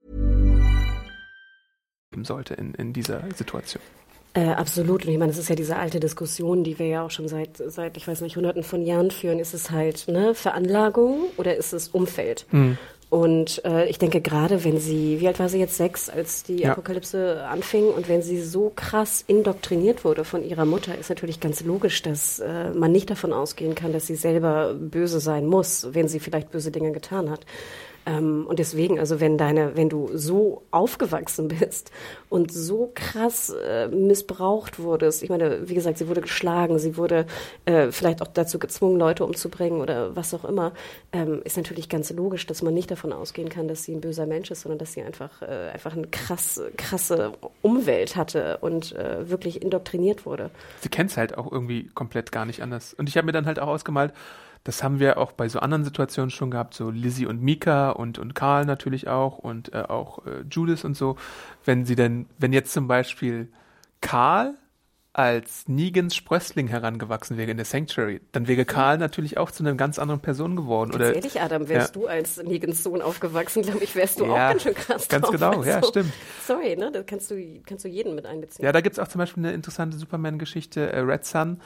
Sollte in dieser Situation. Absolut. Und ich meine, es ist ja diese alte Diskussion, die wir ja auch schon seit ich weiß nicht, Hunderten von Jahren führen. Ist es halt Veranlagung oder ist es Umfeld? Und ich denke gerade, wenn sie, wie alt war sie jetzt, 6, als die Apokalypse anfing, und wenn sie so krass indoktriniert wurde von ihrer Mutter, ist natürlich ganz logisch, dass man nicht davon ausgehen kann, dass sie selber böse sein muss, wenn sie vielleicht böse Dinge getan hat. Und deswegen, also wenn du so aufgewachsen bist und so krass missbraucht wurdest, ich meine, wie gesagt, sie wurde geschlagen, sie wurde vielleicht auch dazu gezwungen, Leute umzubringen oder was auch immer, ist natürlich ganz logisch, dass man nicht davon ausgehen kann, dass sie ein böser Mensch ist, sondern dass sie einfach eine krasse Umwelt hatte und wirklich indoktriniert wurde. Sie kennt es halt auch irgendwie komplett gar nicht anders. Und ich habe mir dann halt auch ausgemalt, das haben wir auch bei so anderen Situationen schon gehabt, so Lizzie und Mika und Karl natürlich auch und auch Judith und so. Wenn jetzt zum Beispiel Karl als Negans Sprössling herangewachsen wäre in der Sanctuary, dann wäre Karl natürlich auch zu einer ganz anderen Person geworden. Ganz ehrlich, Adam, wärst du als Negans Sohn aufgewachsen, glaube ich, wärst du auch ganz schön krass ganz drauf. Genau, ja, stimmt. Sorry, da kannst du jeden mit einbeziehen. Ja, da gibt es auch zum Beispiel eine interessante Superman-Geschichte, Red Sun,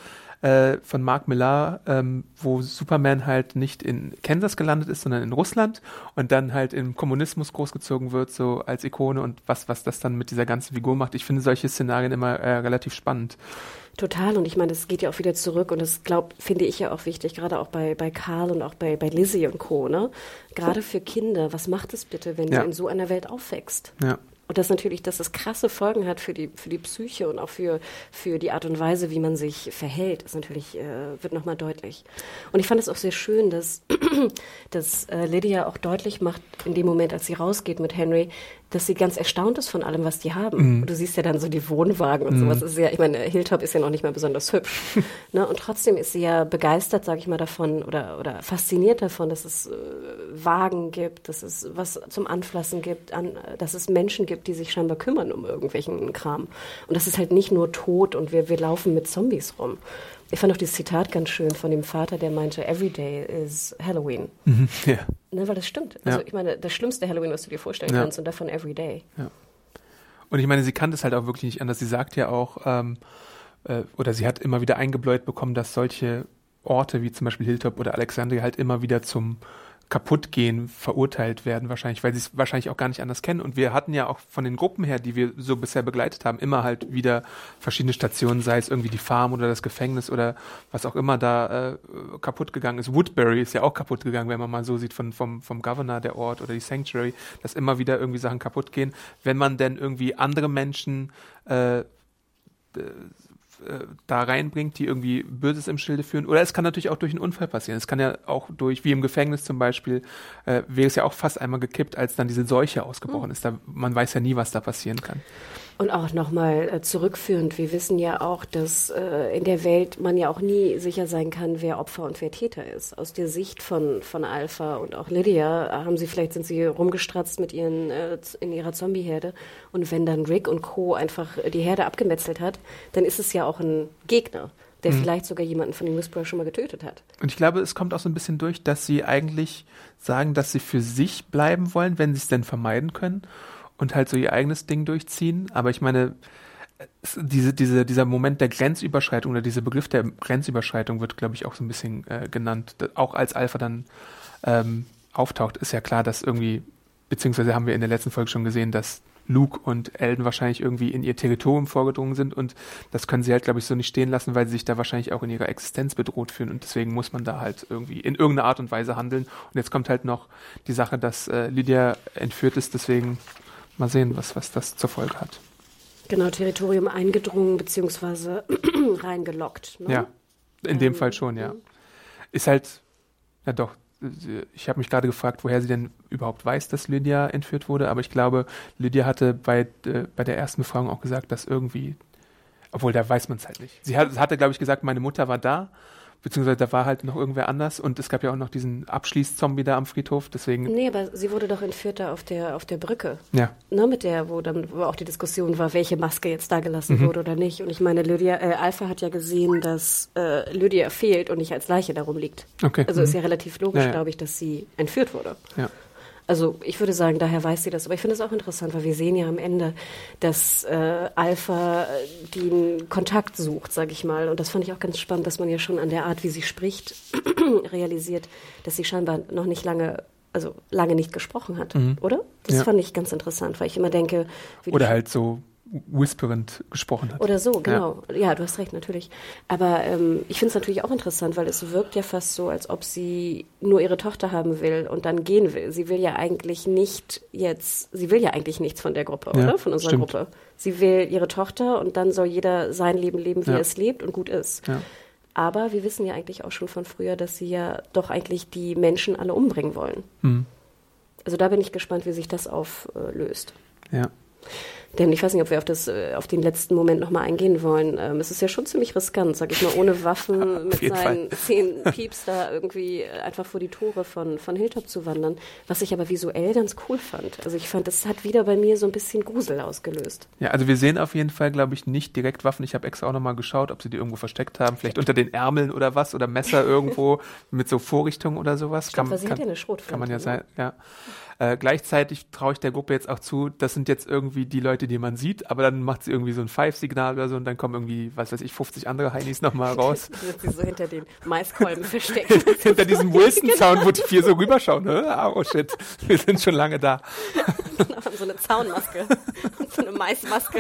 von Mark Millar, wo Superman halt nicht in Kansas gelandet ist, sondern in Russland und dann halt im Kommunismus großgezogen wird, so als Ikone und was das dann mit dieser ganzen Figur macht. Ich finde solche Szenarien immer relativ spannend. Total, und ich meine, das geht ja auch wieder zurück und das finde ich ja auch wichtig, gerade auch bei Carl und auch bei Lizzie und Co., ne? Gerade für Kinder, was macht es bitte, wenn du in so einer Welt aufwächst? Ja. Und das natürlich, dass das krasse Folgen hat für die Psyche und auch für die Art und Weise, wie man sich verhält, ist natürlich, wird nochmal deutlich. Und ich fand es auch sehr schön, dass Lydia auch deutlich macht, in dem Moment, als sie rausgeht mit Henry, dass sie ganz erstaunt ist von allem, was die haben. Und du siehst ja dann so die Wohnwagen und sowas. Ist ja, ich meine, Hilltop ist ja noch nicht mal besonders hübsch. Ne? Und trotzdem ist sie ja begeistert, sage ich mal, davon oder fasziniert davon, dass es Wagen gibt, dass es was zum Anfassen gibt, dass es Menschen gibt, die sich scheinbar kümmern um irgendwelchen Kram. Und das ist halt nicht nur Tod und wir laufen mit Zombies rum. Ich fand auch dieses Zitat ganz schön von dem Vater, der meinte, every day is Halloween. Ja. Ne, weil das stimmt. Also ich meine, das schlimmste Halloween, was du dir vorstellen kannst, und davon every day. Ja. Und ich meine, sie kann das halt auch wirklich nicht anders. Sie sagt ja auch, oder sie hat immer wieder eingebläut bekommen, dass solche Orte wie zum Beispiel Hilltop oder Alexandria halt immer wieder zum Kaputtgehen verurteilt werden wahrscheinlich, weil sie es wahrscheinlich auch gar nicht anders kennen. Und wir hatten ja auch von den Gruppen her, die wir so bisher begleitet haben, immer halt wieder verschiedene Stationen, sei es irgendwie die Farm oder das Gefängnis oder was auch immer da kaputt gegangen ist. Woodbury ist ja auch kaputt gegangen, wenn man mal so sieht, vom Governor der Ort oder die Sanctuary, dass immer wieder irgendwie Sachen kaputt gehen. Wenn man denn irgendwie andere Menschen da reinbringt, die irgendwie Böses im Schilde führen. Oder es kann natürlich auch durch einen Unfall passieren. Es kann ja auch durch, wie im Gefängnis zum Beispiel, wäre es ja auch fast einmal gekippt, als dann diese Seuche ausgebrochen ist. Man weiß ja nie, was da passieren kann. Und auch nochmal zurückführend, wir wissen ja auch, dass in der Welt man ja auch nie sicher sein kann, wer Opfer und wer Täter ist. Aus der Sicht von Alpha und auch Lydia sind sie rumgestratzt mit in ihrer Zombie-Herde. Und wenn dann Rick und Co. einfach die Herde abgemetzelt hat, dann ist es ja auch ein Gegner, der vielleicht sogar jemanden von den Whisperer schon mal getötet hat. Und ich glaube, es kommt auch so ein bisschen durch, dass sie eigentlich sagen, dass sie für sich bleiben wollen, wenn sie es denn vermeiden können. Und halt so ihr eigenes Ding durchziehen. Aber ich meine, dieser Moment der Grenzüberschreitung oder dieser Begriff der Grenzüberschreitung wird, glaube ich, auch so ein bisschen genannt. Auch als Alpha dann auftaucht, ist ja klar, dass irgendwie, beziehungsweise haben wir in der letzten Folge schon gesehen, dass Luke und Elden wahrscheinlich irgendwie in ihr Territorium vorgedrungen sind und das können sie halt, glaube ich, so nicht stehen lassen, weil sie sich da wahrscheinlich auch in ihrer Existenz bedroht fühlen und deswegen muss man da halt irgendwie in irgendeiner Art und Weise handeln. Und jetzt kommt halt noch die Sache, dass Lydia entführt ist, deswegen mal sehen, was das zur Folge hat. Genau, Territorium eingedrungen beziehungsweise reingelockt. Ne? Ja, in dem Fall schon, ja. Ist halt, ja doch, ich habe mich gerade gefragt, woher sie denn überhaupt weiß, dass Lydia entführt wurde, aber ich glaube, Lydia hatte bei der ersten Befragung auch gesagt, dass irgendwie, obwohl, da weiß man es halt nicht. Sie hatte, glaube ich, gesagt, meine Mutter war da, beziehungsweise da war halt noch irgendwer anders und es gab ja auch noch diesen Abschließzombie da am Friedhof, deswegen... Nee, aber sie wurde doch entführt da auf der Brücke. Ja. Ne, wo auch die Diskussion war, welche Maske jetzt da gelassen wurde oder nicht. Und ich meine, Alpha hat ja gesehen, dass Lydia fehlt und nicht als Leiche darum liegt. Okay. Also ist ja relativ logisch, glaube ich, dass sie entführt wurde. Ja. Also ich würde sagen, daher weiß sie das. Aber ich finde es auch interessant, weil wir sehen ja am Ende, dass Alpha den Kontakt sucht, sage ich mal. Und das fand ich auch ganz spannend, dass man ja schon an der Art, wie sie spricht, realisiert, dass sie scheinbar noch nicht lange nicht gesprochen hat, oder? Das fand ich ganz interessant, weil ich immer denke... Oder halt so whispernd gesprochen hat. Oder so, genau. Ja, du hast recht, natürlich. Aber ich finde es natürlich auch interessant, weil es wirkt ja fast so, als ob sie nur ihre Tochter haben will und dann gehen will. Sie will ja eigentlich nichts von der Gruppe, oder? Von unserer Gruppe. Sie will ihre Tochter und dann soll jeder sein Leben leben, wie er es lebt und gut ist. Ja. Aber wir wissen ja eigentlich auch schon von früher, dass sie ja doch eigentlich die Menschen alle umbringen wollen. Also da bin ich gespannt, wie sich das auflöst. Ja. Denn ich weiß nicht, ob wir auf den letzten Moment nochmal eingehen wollen. Es ist ja schon ziemlich riskant, sag ich mal, ohne Waffen mit seinen 10 Pieps da irgendwie einfach vor die Tore von Hilltop zu wandern. Was ich aber visuell ganz cool fand. Also ich fand, das hat wieder bei mir so ein bisschen Grusel ausgelöst. Ja, also wir sehen auf jeden Fall, glaube ich, nicht direkt Waffen. Ich habe extra auch nochmal geschaut, ob sie die irgendwo versteckt haben. Vielleicht unter den Ärmeln oder was. Oder Messer irgendwo mit so Vorrichtungen oder sowas. Weil sie hat ja eine Schrotflinte. Kann man ja sein, ja. Gleichzeitig traue ich der Gruppe jetzt auch zu, das sind jetzt irgendwie die Leute, die man sieht, aber dann macht sie irgendwie so ein Five-Signal oder so und dann kommen irgendwie, was weiß ich, 50 andere Heinis nochmal raus. Wird sie so hinter den Maiskolben versteckt. Hinter diesem Wilson-Zaun, wo die vier so rüberschauen. Oh shit, wir sind schon lange da. Genau, haben so eine Zaunmaske und so eine Maismaske.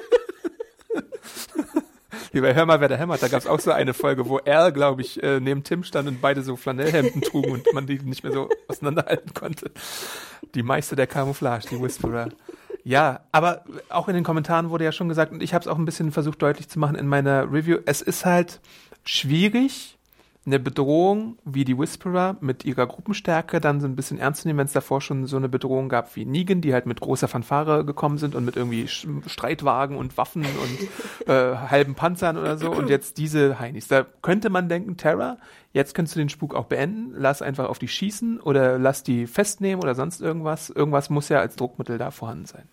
Wie bei Hör mal, wer da hämmert, da gab es auch so eine Folge, wo Al, glaube ich, neben Tim stand und beide so Flanellhemden trugen und man die nicht mehr so auseinanderhalten konnte. Die Meister der Camouflage, die Whisperer. Ja, aber auch in den Kommentaren wurde ja schon gesagt, und ich habe es auch ein bisschen versucht deutlich zu machen in meiner Review, es ist halt schwierig, eine Bedrohung wie die Whisperer mit ihrer Gruppenstärke dann so ein bisschen ernst zu nehmen, wenn es davor schon so eine Bedrohung gab wie Negan, die halt mit großer Fanfare gekommen sind und mit irgendwie Streitwagen und Waffen und halben Panzern oder so und jetzt diese Heinis. Da könnte man denken, Terra, jetzt könntest du den Spuk auch beenden, lass einfach auf die schießen oder lass die festnehmen oder sonst irgendwas. Irgendwas muss ja als Druckmittel da vorhanden sein.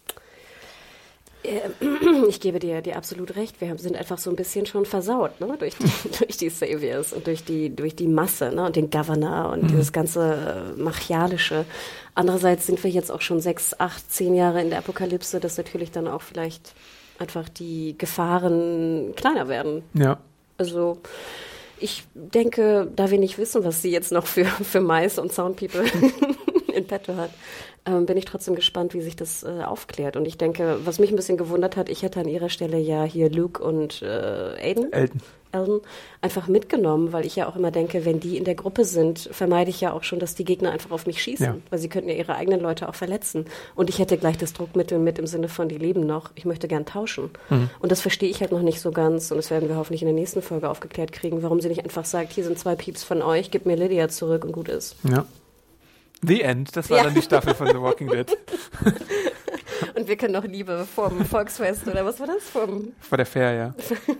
Ich gebe dir absolut recht. Wir sind einfach so ein bisschen schon versaut, ne? durch die Saviors und durch die Masse, ne? Und den Governor und dieses ganze Machialische. Andererseits sind wir jetzt auch schon 6, 8, 10 Jahre in der Apokalypse, dass natürlich dann auch vielleicht einfach die Gefahren kleiner werden. Ja. Also ich denke, da wir nicht wissen, was sie jetzt noch für Mais und Sound People in petto hat, bin ich trotzdem gespannt, wie sich das aufklärt. Und ich denke, was mich ein bisschen gewundert hat, ich hätte an ihrer Stelle ja hier Luke und Elden einfach mitgenommen, weil ich ja auch immer denke, wenn die in der Gruppe sind, vermeide ich ja auch schon, dass die Gegner einfach auf mich schießen, weil sie könnten ja ihre eigenen Leute auch verletzen. Und ich hätte gleich das Druckmittel mit im Sinne von, die leben noch, ich möchte gern tauschen. Und das verstehe ich halt noch nicht so ganz und das werden wir hoffentlich in der nächsten Folge aufgeklärt kriegen, warum sie nicht einfach sagt, hier sind 2 Pieps von euch, gib mir Lydia zurück und gut ist. Ja. The End, das war dann die Staffel von The Walking Dead. Und wir können noch Liebe vorm Volksfest, oder was war das? Vor der Fair, ja.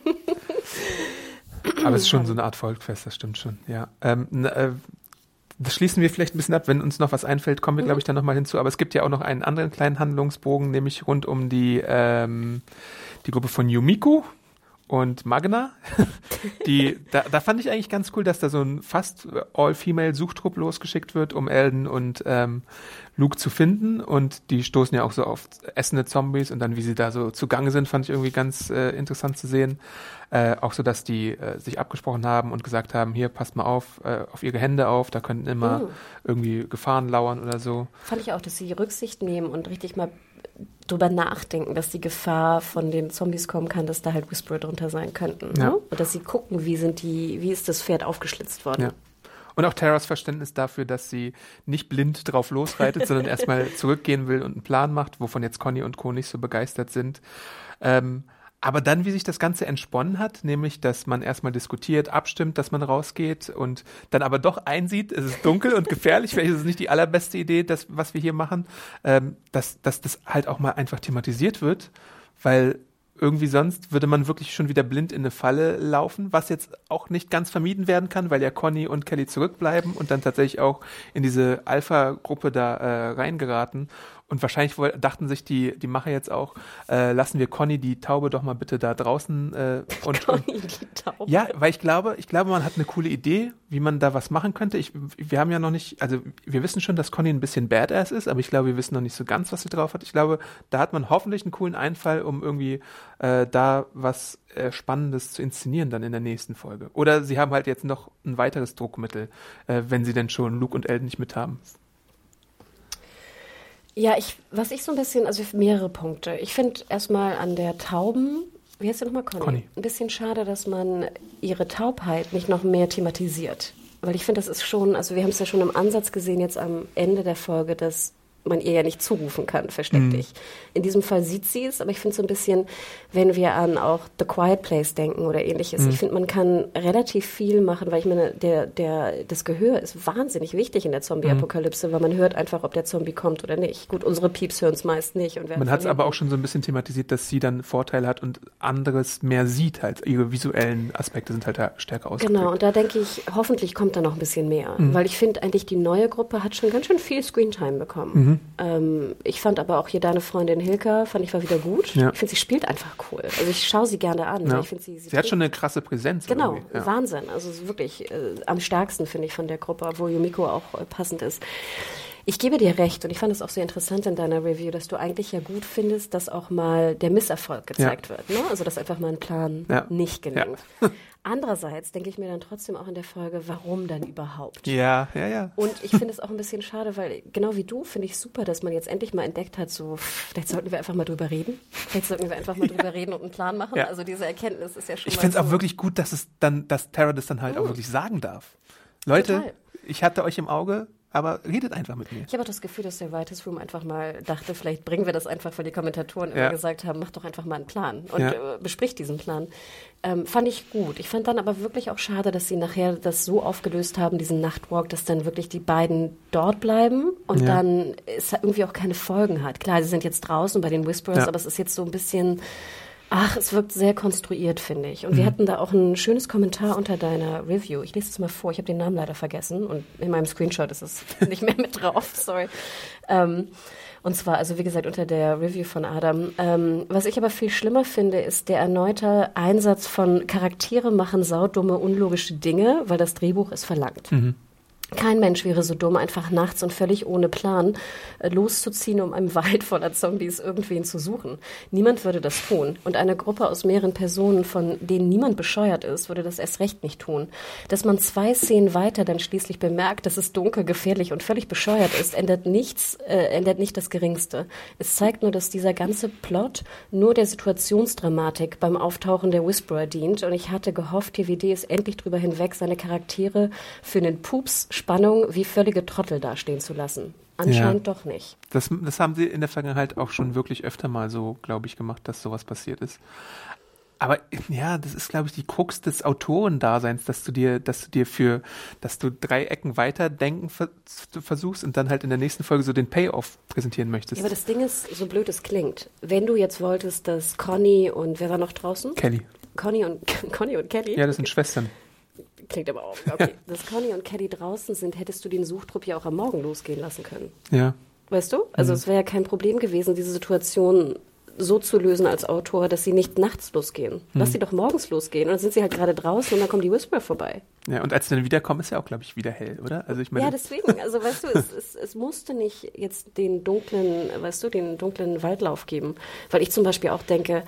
Aber es ist schon so eine Art Volksfest, das stimmt schon, ja. Das schließen wir vielleicht ein bisschen ab, wenn uns noch was einfällt, kommen wir, glaube ich, dann nochmal hinzu. Aber es gibt ja auch noch einen anderen kleinen Handlungsbogen, nämlich rund um die Gruppe von Yumiko und Magna. Da fand ich eigentlich ganz cool, dass da so ein fast All-Female-Suchtrupp losgeschickt wird, um Elden und Luke zu finden. Und die stoßen ja auch so auf essende Zombies und dann, wie sie da so zugange sind, fand ich irgendwie ganz interessant zu sehen. Auch so, dass die sich abgesprochen haben und gesagt haben, hier, passt mal auf ihre Hände auf, da könnten immer irgendwie Gefahren lauern oder so. Fand ich auch, dass sie Rücksicht nehmen und richtig mal drüber nachdenken, dass die Gefahr von den Zombies kommen kann, dass da halt Whisperer drunter sein könnten. Ja. Ne? Und dass sie gucken, wie ist das Pferd aufgeschlitzt worden. Ja. Und auch Terras Verständnis dafür, dass sie nicht blind drauf losreitet, sondern erstmal zurückgehen will und einen Plan macht, wovon jetzt Conny und Co. nicht so begeistert sind. Aber dann, wie sich das Ganze entsponnen hat, nämlich, dass man erstmal diskutiert, abstimmt, dass man rausgeht und dann aber doch einsieht, es ist dunkel und gefährlich, vielleicht ist es nicht die allerbeste Idee, das, was wir hier machen, dass das halt auch mal einfach thematisiert wird, weil irgendwie sonst würde man wirklich schon wieder blind in eine Falle laufen, was jetzt auch nicht ganz vermieden werden kann, weil ja Conny und Kelly zurückbleiben und dann tatsächlich auch in diese Alpha-Gruppe da reingeraten. Und wahrscheinlich dachten sich die Macher jetzt auch, lassen wir Conny die Taube doch mal bitte da draußen. Conny die Taube. Ja, weil ich glaube, man hat eine coole Idee, wie man da was machen könnte. Wir haben ja noch nicht, also wir wissen schon, dass Conny ein bisschen Badass ist, aber ich glaube, wir wissen noch nicht so ganz, was sie drauf hat. Ich glaube, da hat man hoffentlich einen coolen Einfall, um irgendwie da was Spannendes zu inszenieren dann in der nächsten Folge. Oder sie haben halt jetzt noch ein weiteres Druckmittel, wenn sie denn schon Luke und Elden nicht mit haben. Ja, was ich so ein bisschen, also mehrere Punkte. Ich finde erstmal an der Tauben, wie heißt sie nochmal, Conny? Ein bisschen schade, dass man ihre Taubheit nicht noch mehr thematisiert. Weil ich finde, das ist schon, also wir haben es ja schon im Ansatz gesehen jetzt am Ende der Folge, dass man ihr ja nicht zurufen kann, versteck dich. In diesem Fall sieht sie es, aber ich finde so ein bisschen, wenn wir an auch The Quiet Place denken oder ähnliches, ich finde, man kann relativ viel machen, weil ich meine, das Gehör ist wahnsinnig wichtig in der Zombie-Apokalypse, weil man hört einfach, ob der Zombie kommt oder nicht. Gut, unsere Pieps hören es meist nicht. Und man hat es aber auch schon so ein bisschen thematisiert, dass sie dann Vorteile hat und anderes mehr sieht, halt ihre visuellen Aspekte sind halt da stärker ausgeprägt. Genau, und da denke ich, hoffentlich kommt da noch ein bisschen mehr, weil ich finde eigentlich, die neue Gruppe hat schon ganz schön viel Screentime bekommen. Ich fand aber auch hier deine Freundin Hilka, war wieder gut. Ja. Ich finde, sie spielt einfach cool. Also ich schaue sie gerne an. Ja. Ich find, sie hat schon eine krasse Präsenz. Genau, ja. Wahnsinn. Also wirklich am stärksten, finde ich, von der Gruppe, obwohl Yumiko auch passend ist. Ich gebe dir recht und ich fand es auch sehr interessant in deiner Review, dass du eigentlich ja gut findest, dass auch mal der Misserfolg gezeigt wird. Ne? Also dass einfach mal ein Plan nicht gelingt. Ja. Andererseits denke ich mir dann trotzdem auch in der Folge, warum dann überhaupt? Ja. Und ich finde es auch ein bisschen schade, weil genau wie du finde ich super, dass man jetzt endlich mal entdeckt hat, so vielleicht sollten wir einfach mal drüber reden. Reden und einen Plan machen. Ja. Also diese Erkenntnis ist ja schon Ich finde es auch wirklich gut, dass Tara das dann halt auch wirklich sagen darf. Leute, total. Ich hatte euch im Auge, aber redet einfach mit mir. Ich habe auch das Gefühl, dass der Writers Room einfach mal dachte, vielleicht bringen wir das einfach, weil die Kommentatoren immer gesagt haben, mach doch einfach mal einen Plan und bespricht diesen Plan. Fand ich gut. Ich fand dann aber wirklich auch schade, dass sie nachher das so aufgelöst haben, diesen Nachtwalk, dass dann wirklich die beiden dort bleiben und dann es irgendwie auch keine Folgen hat. Klar, sie sind jetzt draußen bei den Whisperers, aber es ist jetzt so ein bisschen... es wirkt sehr konstruiert, finde ich. Und wir hatten da auch ein schönes Kommentar unter deiner Review. Ich lese es mal vor. Ich habe den Namen leider vergessen. Und in meinem Screenshot ist es nicht mehr mit drauf. Sorry. Und zwar, also wie gesagt, unter der Review von Adam. Was ich aber viel schlimmer finde, ist der erneute Einsatz von Charaktere machen saudumme, unlogische Dinge, weil das Drehbuch es verlangt. Kein Mensch wäre so dumm, einfach nachts und völlig ohne Plan loszuziehen, um im Wald voller Zombies irgendwen zu suchen. Niemand würde das tun. Und eine Gruppe aus mehreren Personen, von denen niemand bescheuert ist, würde das erst recht nicht tun. Dass man 2 Szenen weiter dann schließlich bemerkt, dass es dunkel, gefährlich und völlig bescheuert ist, ändert nicht das Geringste. Es zeigt nur, dass dieser ganze Plot nur der Situationsdramatik beim Auftauchen der Whisperer dient. Und ich hatte gehofft, TVD ist endlich drüber hinweg, seine Charaktere für einen Pups Spannung wie völlige Trottel dastehen zu lassen. Anscheinend doch nicht. Das haben sie in der Vergangenheit auch schon wirklich öfter mal so, glaube ich, gemacht, dass sowas passiert ist. Aber ja, das ist, glaube ich, die Krux des Autorendaseins, dass du 3 Ecken weiter denken versuchst und dann halt in der nächsten Folge so den Payoff präsentieren möchtest. Ja, aber das Ding ist, so blöd es klingt, wenn du jetzt wolltest, dass Conny und wer war noch draußen? Kelly. Conny und Kelly? Ja, das sind Schwestern. Klingt aber auch. Okay, dass Conny und Kelly draußen sind, hättest du den Suchtrupp ja auch am Morgen losgehen lassen können. Ja. Weißt du? Also es wäre ja kein Problem gewesen, diese Situation so zu lösen als Autor, dass sie nicht nachts losgehen. Lass sie doch morgens losgehen und dann sind sie halt gerade draußen und dann kommen die Whisperer vorbei. Ja, und als sie dann wiederkommen, ist ja auch, glaube ich, wieder hell, oder? Also ich meine, ja, deswegen. Also weißt du, es musste nicht jetzt den dunklen Waldlauf geben. Weil ich zum Beispiel auch denke,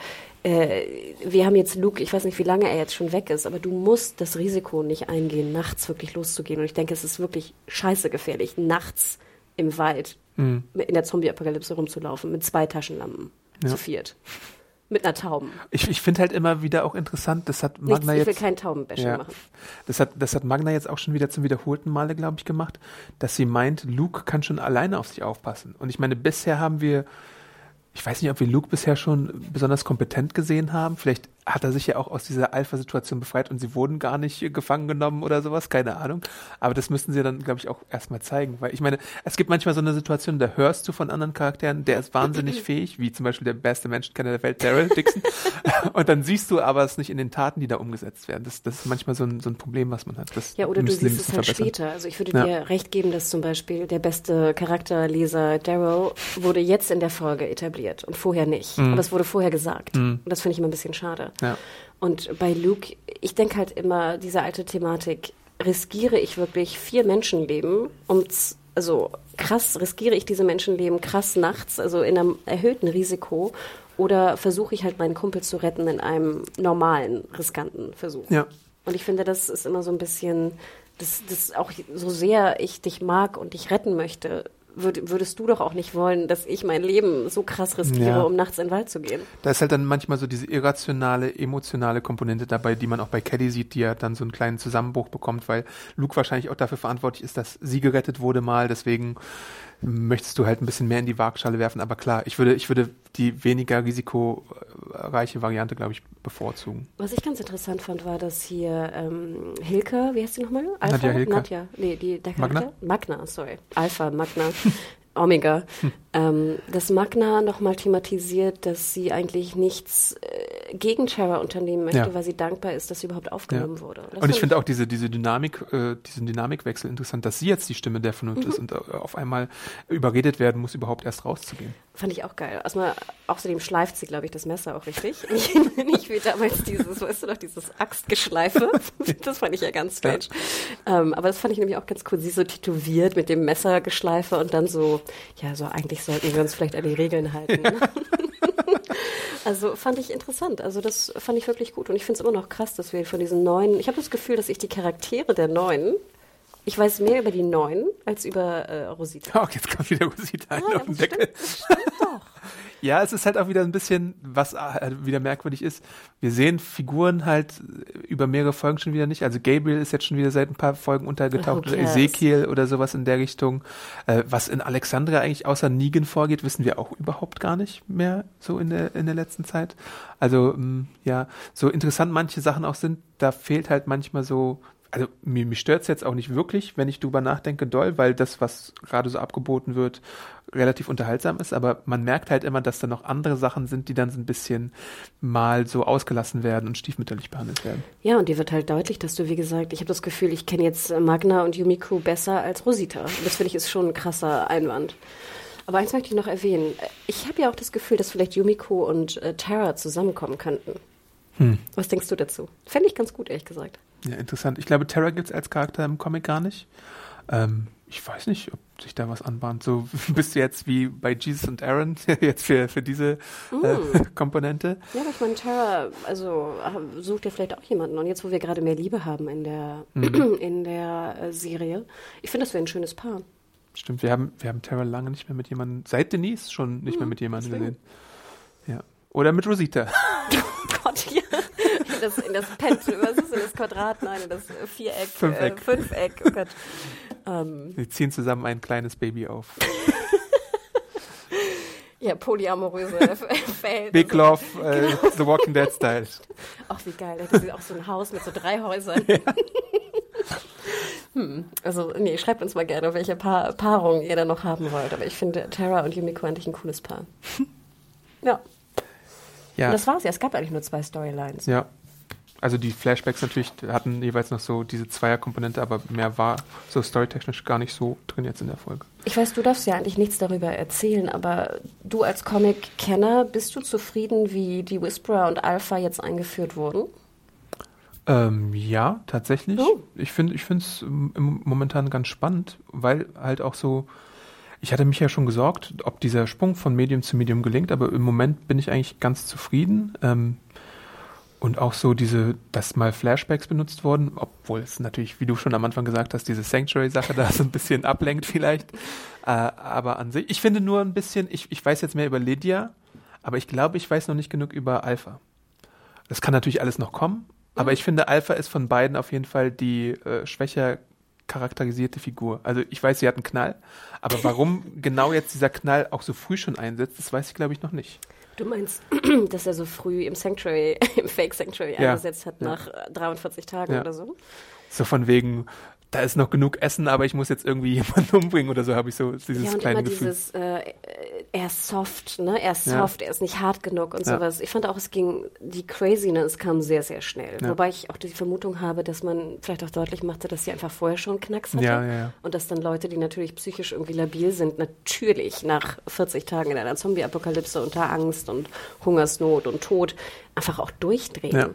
wir haben jetzt Luke, ich weiß nicht, wie lange er jetzt schon weg ist, aber du musst das Risiko nicht eingehen, nachts wirklich loszugehen. Und ich denke, es ist wirklich scheiße gefährlich, nachts im Wald in der Zombie-Apokalypse rumzulaufen mit 2 Taschenlampen. Zu 4. Mit einer Tauben. Ich finde halt immer wieder auch interessant, das hat Magna ich will kein Taubenbashing machen. Das hat Magna jetzt auch schon wieder zum wiederholten Male, glaube ich, gemacht, dass sie meint, Luke kann schon alleine auf sich aufpassen. Und ich meine, bisher haben wir, ich weiß nicht, ob wir Luke bisher schon besonders kompetent gesehen haben. Vielleicht hat er sich ja auch aus dieser Alpha-Situation befreit und sie wurden gar nicht gefangen genommen oder sowas, keine Ahnung. Aber das müssten sie dann, glaube ich, auch erstmal zeigen. Weil ich meine, es gibt manchmal so eine Situation, da hörst du von anderen Charakteren, der ist wahnsinnig fähig, wie zum Beispiel der beste Menschenkenner der Welt, Daryl Dixon. Und dann siehst du aber es nicht in den Taten, die da umgesetzt werden. Das ist manchmal so ein Problem, was man hat. Ja, oder du siehst es halt später. Also ich würde dir recht geben, dass zum Beispiel der beste Charakterleser Daryl wurde jetzt in der Folge etabliert und vorher nicht. Aber es wurde vorher gesagt. Und das finde ich immer ein bisschen schade. Ja. Und bei Luke, ich denke halt immer, diese alte Thematik, riskiere ich wirklich 4 Menschenleben, also krass riskiere ich diese Menschenleben krass nachts, also in einem erhöhten Risiko, oder versuche ich halt meinen Kumpel zu retten in einem normalen, riskanten Versuch. Ja. Und ich finde, das ist immer so ein bisschen, das auch so sehr ich dich mag und dich retten möchte, würdest du doch auch nicht wollen, dass ich mein Leben so krass riskiere, um nachts in den Wald zu gehen. Da ist halt dann manchmal so diese irrationale, emotionale Komponente dabei, die man auch bei Kelly sieht, die ja dann so einen kleinen Zusammenbruch bekommt, weil Luke wahrscheinlich auch dafür verantwortlich ist, dass sie gerettet wurde mal, deswegen möchtest du halt ein bisschen mehr in die Waagschale werfen, aber klar, ich würde die weniger risikoreiche Variante, glaube ich, bevorzugen. Was ich ganz interessant fand, war, dass hier Hilke, wie heißt sie nochmal? Alpha? Nadja Hilke. Nadja, nee, der Charakter? Magna, sorry. Alpha, Magna, Omega. Dass Magna nochmal thematisiert, dass sie eigentlich nichts gegen Tara unternehmen möchte, weil sie dankbar ist, dass sie überhaupt aufgenommen wurde. Und ich finde auch diesen Dynamikwechsel interessant, dass sie jetzt die Stimme der Vernunft ist und auf einmal überredet werden muss, überhaupt erst rauszugehen. Fand ich auch geil. Außerdem schleift sie, glaube ich, das Messer auch richtig. Nicht wie damals dieses Axtgeschleife. Das fand ich ja ganz strange. Aber das fand ich nämlich auch ganz cool. Sie so tätowiert mit dem Messergeschleife und dann so eigentlich sollten wir uns vielleicht an die Regeln halten. Also fand ich interessant. Also das fand ich wirklich gut. Und ich finde es immer noch krass, dass wir von diesen Neuen, ich habe das Gefühl, dass ich die Charaktere der Neuen, ich weiß mehr über die Neuen als über Rosita. Oh, jetzt kommt wieder Rosita auf den Deckel. Stimmt doch. Ja, es ist halt auch wieder ein bisschen, was wieder merkwürdig ist. Wir sehen Figuren halt über mehrere Folgen schon wieder nicht. Also Gabriel ist jetzt schon wieder seit ein paar Folgen untergetaucht. Oder Ezekiel oder sowas in der Richtung. Was in Alexandria eigentlich außer Negan vorgeht, wissen wir auch überhaupt gar nicht mehr so in der letzten Zeit. Also so interessant manche Sachen auch sind, da fehlt halt manchmal so. Also mich stört es jetzt auch nicht wirklich, wenn ich drüber nachdenke, doll, weil das, was gerade so abgeboten wird, relativ unterhaltsam ist, aber man merkt halt immer, dass da noch andere Sachen sind, die dann so ein bisschen mal so ausgelassen werden und stiefmütterlich behandelt werden. Ja, und dir wird halt deutlich, dass du, wie gesagt, ich habe das Gefühl, ich kenne jetzt Magna und Yumiko besser als Rosita. Das finde ich ist schon ein krasser Einwand. Aber eins möchte ich noch erwähnen. Ich habe ja auch das Gefühl, dass vielleicht Yumiko und Tara zusammenkommen könnten. Was denkst du dazu? Fände ich ganz gut, ehrlich gesagt. Ja, interessant. Ich glaube, Tara gibt es als Charakter im Comic gar nicht. Ich weiß nicht, ob sich da was anbahnt. So bist du jetzt wie bei Jesus und Aaron jetzt für diese Komponente. Ja, aber ich meine, Tara, sucht ja vielleicht auch jemanden. Und jetzt, wo wir gerade mehr Liebe haben in der Serie, ich finde, das wäre ein schönes Paar. Stimmt, wir haben Tara lange nicht mehr mit jemandem, seit Denise schon nicht mehr mit jemandem gesehen. Ja. Oder mit Rosita. Oh Gott, ja. In das Pent, was ist denn das Quadrat? Nein, in das Viereck. Fünfeck. Oh Gott. Sie ziehen zusammen ein kleines Baby auf. Ja, polyamoröse Verhältnisse. Big Love, The Walking Dead Style. Ach, wie geil. Da hätte sie auch so ein Haus mit so 3 Häusern. Ja. Schreibt uns mal gerne, welche Paarung ihr da noch haben wollt. Aber ich finde Tara und Yumiko eigentlich ein cooles Paar. Ja. Und das war's ja. Es gab eigentlich nur 2 Storylines. Ja. Also die Flashbacks natürlich hatten jeweils noch so diese Zweierkomponente, aber mehr war so storytechnisch gar nicht so drin jetzt in der Folge. Ich weiß, du darfst ja eigentlich nichts darüber erzählen, aber du als Comic-Kenner, bist du zufrieden, wie die Whisperer und Alpha jetzt eingeführt wurden? Ja, tatsächlich. Oh. Ich finde es momentan ganz spannend, weil halt auch so, ich hatte mich ja schon gesorgt, ob dieser Sprung von Medium zu Medium gelingt, aber im Moment bin ich eigentlich ganz zufrieden. Und auch so dass mal Flashbacks benutzt wurden, obwohl es natürlich, wie du schon am Anfang gesagt hast, diese Sanctuary-Sache da so ein bisschen ablenkt vielleicht. Aber an sich, ich finde nur ein bisschen, ich weiß jetzt mehr über Lydia, aber ich glaube, ich weiß noch nicht genug über Alpha. Das kann natürlich alles noch kommen, aber ich finde, Alpha ist von beiden auf jeden Fall die schwächer charakterisierte Figur. Also ich weiß, sie hat einen Knall, aber warum genau jetzt dieser Knall auch so früh schon einsetzt, das weiß ich, glaube ich, noch nicht. Du meinst, dass er so früh im Fake Sanctuary eingesetzt hat, nach 43 Tagen oder so? So von wegen, da ist noch genug Essen, aber ich muss jetzt irgendwie jemanden umbringen oder so, habe ich so dieses kleine Gefühl. Dieses, er ist soft, ne? Er ist soft, er ist nicht hart genug und sowas. Ich fand auch, die Craziness kam sehr, sehr schnell. Ja. Wobei ich auch die Vermutung habe, dass man vielleicht auch deutlich machte, dass sie einfach vorher schon Knacks hatte. Ja. Und dass dann Leute, die natürlich psychisch irgendwie labil sind, natürlich nach 40 Tagen in einer Zombie-Apokalypse unter Angst und Hungersnot und Tod einfach auch durchdrehen. Ja.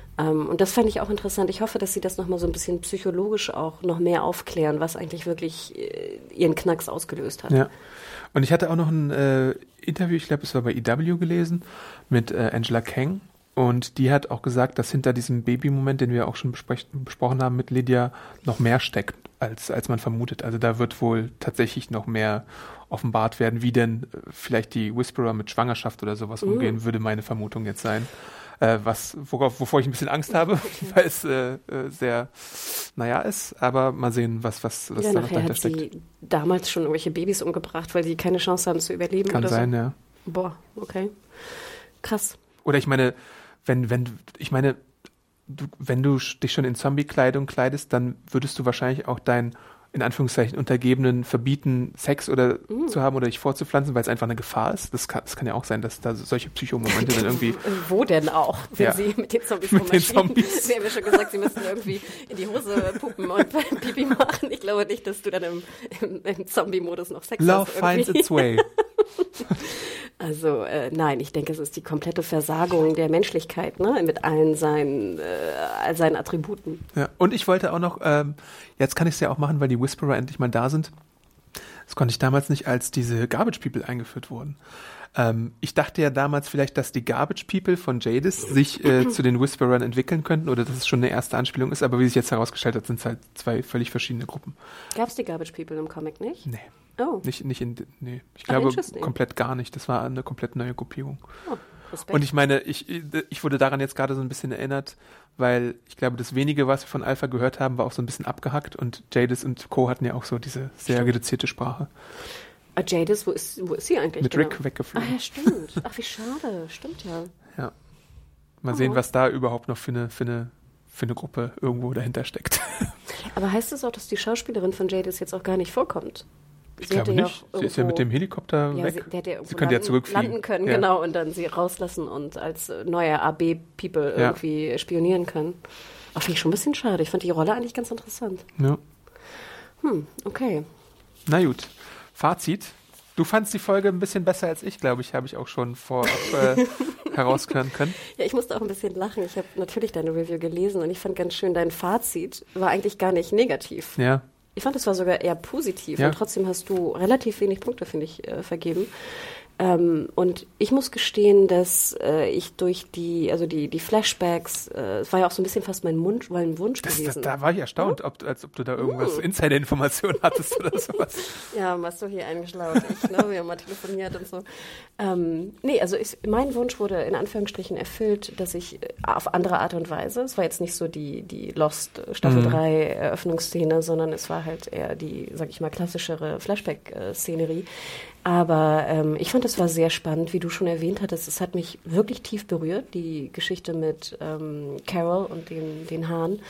Und das fand ich auch interessant. Ich hoffe, dass sie das nochmal so ein bisschen psychologisch auch noch mehr aufklären, was eigentlich wirklich ihren Knacks ausgelöst hat. Ja. Und ich hatte auch noch ein Interview, ich glaube, es war bei EW gelesen, mit Angela Kang. Und die hat auch gesagt, dass hinter diesem Baby-Moment, den wir auch schon besprochen haben mit Lydia, noch mehr steckt, als man vermutet. Also da wird wohl tatsächlich noch mehr offenbart werden, wie denn vielleicht die Whisperer mit Schwangerschaft oder sowas umgehen, würde meine Vermutung jetzt sein. Wovor ich ein bisschen Angst habe, weil es sehr, ist. Aber mal sehen, was da noch dahinter steckt. Hat sie damals schon irgendwelche Babys umgebracht, weil sie keine Chance haben zu überleben? Kann oder sein, so? Ja. Boah, okay. Krass. Oder ich meine, wenn du dich schon in Zombie-Kleidung kleidest, dann würdest du wahrscheinlich auch dein in Anführungszeichen Untergebenen verbieten, Sex oder zu haben oder dich vorzupflanzen, weil es einfach eine Gefahr ist. Das kann ja auch sein, dass da solche Psychomomente dann irgendwie... Wo denn auch, wenn sie mit den Zombies rummarschieren? Wir haben ja schon gesagt, sie müssen irgendwie in die Hose puppen und Pipi machen. Ich glaube nicht, dass du dann im Zombie-Modus noch Sex Love hast. Love finds its way. Also nein, ich denke, es ist die komplette Versagung der Menschlichkeit, ne, mit all seinen Attributen. Ja, und ich wollte auch noch, jetzt kann ich es ja auch machen, weil die Whisperer endlich mal da sind. Das konnte ich damals nicht, als diese Garbage People eingeführt wurden. Ich dachte ja damals vielleicht, dass die Garbage People von Jadis sich zu den Whisperern entwickeln könnten oder dass es schon eine erste Anspielung ist, aber wie sich jetzt herausgestellt hat, sind es halt zwei völlig verschiedene Gruppen. Gab es die Garbage People im Comic nicht? Nee. Oh. Nee. Ich glaube komplett gar nicht. Das war eine komplett neue Gruppierung. Oh, Respekt. Und ich meine, ich wurde daran jetzt gerade so ein bisschen erinnert, weil ich glaube, das wenige, was wir von Alpha gehört haben, war auch so ein bisschen abgehackt und Jadis und Co. hatten ja auch so diese sehr reduzierte Sprache. Jadis, wo ist sie eigentlich? Mit Rick weggeflogen. Ach ja, stimmt. Ach, wie schade. Stimmt ja. Ja. Mal sehen, was da überhaupt noch für eine Gruppe irgendwo dahinter steckt. Aber heißt es auch, dass die Schauspielerin von Jadis jetzt auch gar nicht vorkommt? Ich glaube nicht. Sie ist ja mit dem Helikopter weg. Sie könnte ja zurückfliegen. Landen können, ja. Genau, und dann sie rauslassen und als neue AB-People irgendwie spionieren können. Aber finde ich schon ein bisschen schade. Ich fand die Rolle eigentlich ganz interessant. Ja. Okay. Na gut. Fazit. Du fandst die Folge ein bisschen besser als ich, glaube ich, habe ich auch schon vorab heraushören können. Ja, ich musste auch ein bisschen lachen. Ich habe natürlich deine Review gelesen und ich fand ganz schön, dein Fazit war eigentlich gar nicht negativ. Ja. Ich fand, es war sogar eher positiv und trotzdem hast du relativ wenig Punkte, finde ich, vergeben. Und ich muss gestehen, dass ich durch die Flashbacks, es war ja auch so ein bisschen fast mein Wunsch gewesen. Da war ich erstaunt, als ob du da irgendwas Insider-Informationen hattest oder sowas. Ja, was du hier eingeschlaut. Wir haben mal telefoniert und so. Mein Wunsch wurde in Anführungsstrichen erfüllt, dass ich auf andere Art und Weise, es war jetzt nicht so die Lost Staffel 3 Eröffnungsszene, sondern es war halt eher die, sag ich mal, klassischere Flashback-Szenerie. Aber ich fand, es war sehr spannend, wie du schon erwähnt hattest. Es hat mich wirklich tief berührt, die Geschichte mit Carol und den Haaren.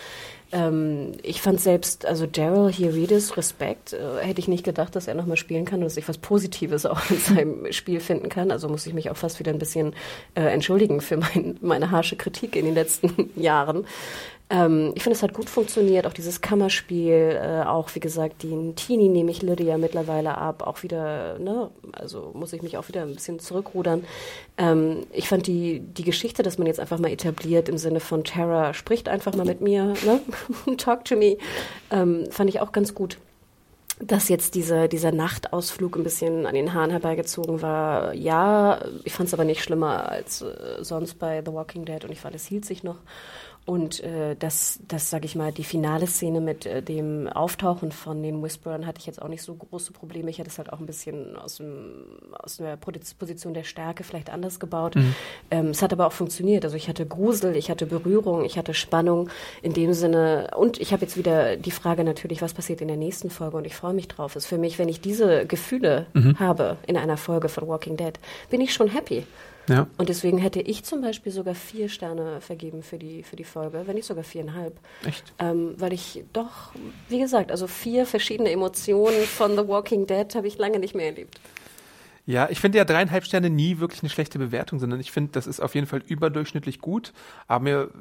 Ich fand selbst, also Daryl Hieridis, Respekt, hätte ich nicht gedacht, dass er nochmal spielen kann und dass ich was Positives auch in seinem Spiel finden kann. Also muss ich mich auch fast wieder ein bisschen entschuldigen für meine harsche Kritik in den letzten Jahren. Ich finde, es hat gut funktioniert, auch dieses Kammerspiel, auch wie gesagt, den Teenie nehme ich Lydia mittlerweile ab, auch wieder, ne, also muss ich mich auch wieder ein bisschen zurückrudern. Ich fand die Geschichte, dass man jetzt einfach mal etabliert im Sinne von Tara, spricht einfach mal mit mir, ne, talk to me, fand ich auch ganz gut. Dass jetzt dieser Nachtausflug ein bisschen an den Haaren herbeigezogen war, ja, ich fand es aber nicht schlimmer als sonst bei The Walking Dead und ich fand, es hielt sich noch. Und das sage ich mal, die finale Szene mit dem Auftauchen von den Whisperern hatte ich jetzt auch nicht so große Probleme. Ich hätte es halt auch ein bisschen aus einer Position der Stärke vielleicht anders gebaut. Es hat aber auch funktioniert. Also ich hatte Grusel, ich hatte Berührung, ich hatte Spannung in dem Sinne. Und ich habe jetzt wieder die Frage natürlich, was passiert in der nächsten Folge? Und ich freue mich drauf. Es ist für mich, wenn ich diese Gefühle habe in einer Folge von Walking Dead, bin ich schon happy. Ja. Und deswegen hätte ich zum Beispiel sogar 4 Sterne vergeben für die Folge, wenn nicht sogar 4,5. Echt? Weil ich doch, wie gesagt, also 4 verschiedene Emotionen von The Walking Dead habe ich lange nicht mehr erlebt. Ja, ich finde ja 3,5 Sterne nie wirklich eine schlechte Bewertung, sondern ich finde, das ist auf jeden Fall überdurchschnittlich gut, aber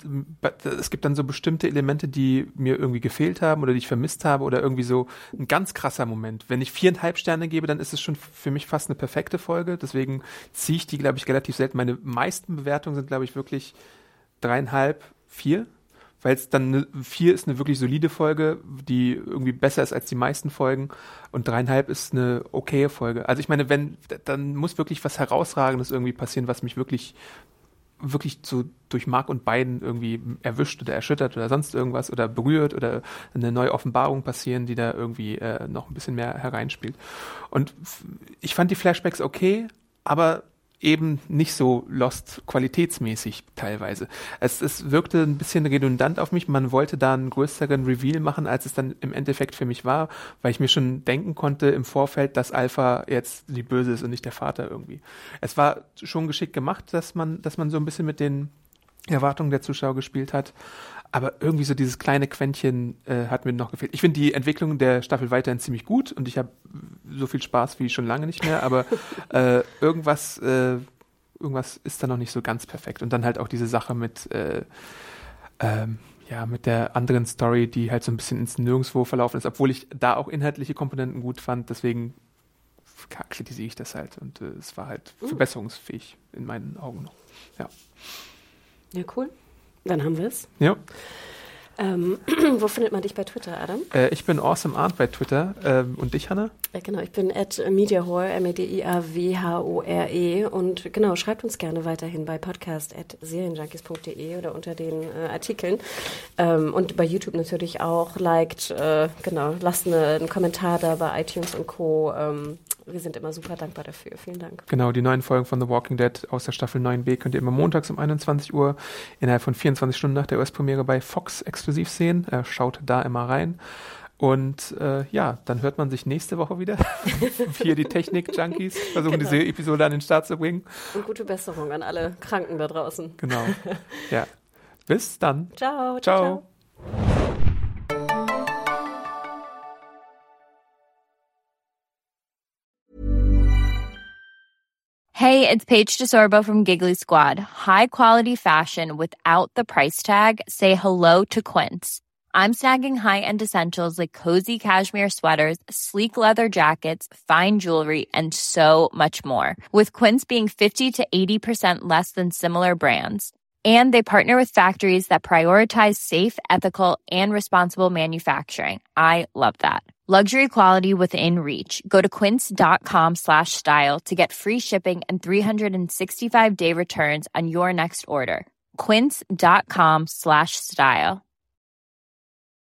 es gibt dann so bestimmte Elemente, die mir irgendwie gefehlt haben oder die ich vermisst habe oder irgendwie so ein ganz krasser Moment. Wenn ich 4,5 Sterne gebe, dann ist es schon für mich fast eine perfekte Folge, deswegen ziehe ich die, glaube ich, relativ selten. Meine meisten Bewertungen sind, glaube ich, wirklich 3,5, 4. Weil es dann 4 ist eine wirklich solide Folge, die irgendwie besser ist als die meisten Folgen und 3,5 ist eine okaye Folge. Also ich meine, dann muss wirklich was Herausragendes irgendwie passieren, was mich wirklich so durch Mark und Bein irgendwie erwischt oder erschüttert oder sonst irgendwas oder berührt oder eine neue Offenbarung passieren, die da irgendwie noch ein bisschen mehr hereinspielt. Und ich fand die Flashbacks okay, aber eben nicht so Lost qualitätsmäßig teilweise. Es wirkte ein bisschen redundant auf mich. Man wollte da einen größeren Reveal machen, als es dann im Endeffekt für mich war, weil ich mir schon denken konnte im Vorfeld, dass Alpha jetzt die Böse ist und nicht der Vater irgendwie. Es war schon geschickt gemacht, dass man so ein bisschen mit den Erwartungen der Zuschauer gespielt hat. Aber irgendwie so dieses kleine Quäntchen hat mir noch gefehlt. Ich finde die Entwicklung der Staffel weiterhin ziemlich gut und ich habe so viel Spaß wie schon lange nicht mehr, aber irgendwas ist da noch nicht so ganz perfekt. Und dann halt auch diese Sache mit mit der anderen Story, die halt so ein bisschen ins Nirgendwo verlaufen ist, obwohl ich da auch inhaltliche Komponenten gut fand, deswegen kritisiere ich das halt und es war halt verbesserungsfähig in meinen Augen noch. Ja. Ja, cool. Dann haben wir es. Ja. Wo findet man dich bei Twitter, Adam? Ich bin awesomearnt bei Twitter. Und dich, Hannah? Genau, ich bin @mediahore, MEDIAWHORE. Und genau, schreibt uns gerne weiterhin bei podcast@serienjunkies.de oder unter den Artikeln. Und bei YouTube natürlich auch. Liked, lasst einen Kommentar da bei iTunes und Co. Wir sind immer super dankbar dafür. Vielen Dank. Genau, die neuen Folgen von The Walking Dead aus der Staffel 9b könnt ihr immer montags um 21 Uhr innerhalb von 24 Stunden nach der US-Premiere bei Fox exklusiv sehen. Schaut da immer rein. Und dann hört man sich nächste Woche wieder. Hier die Technik-Junkies versuchen diese Episode an den Start zu bringen. Und gute Besserung an alle Kranken da draußen. Genau. Ja. Bis dann. Ciao. Ciao. Hey, it's Paige DeSorbo from Giggly Squad. High quality fashion without the price tag. Say hello to Quince. I'm snagging high-end essentials like cozy cashmere sweaters, sleek leather jackets, fine jewelry, and so much more. With Quince being 50 to 80% less than similar brands. And they partner with factories that prioritize safe, ethical, and responsible manufacturing. I love that. Luxury quality within reach. Go to quince.com/style to get free shipping and 365-day returns on your next order. Quince.com/style.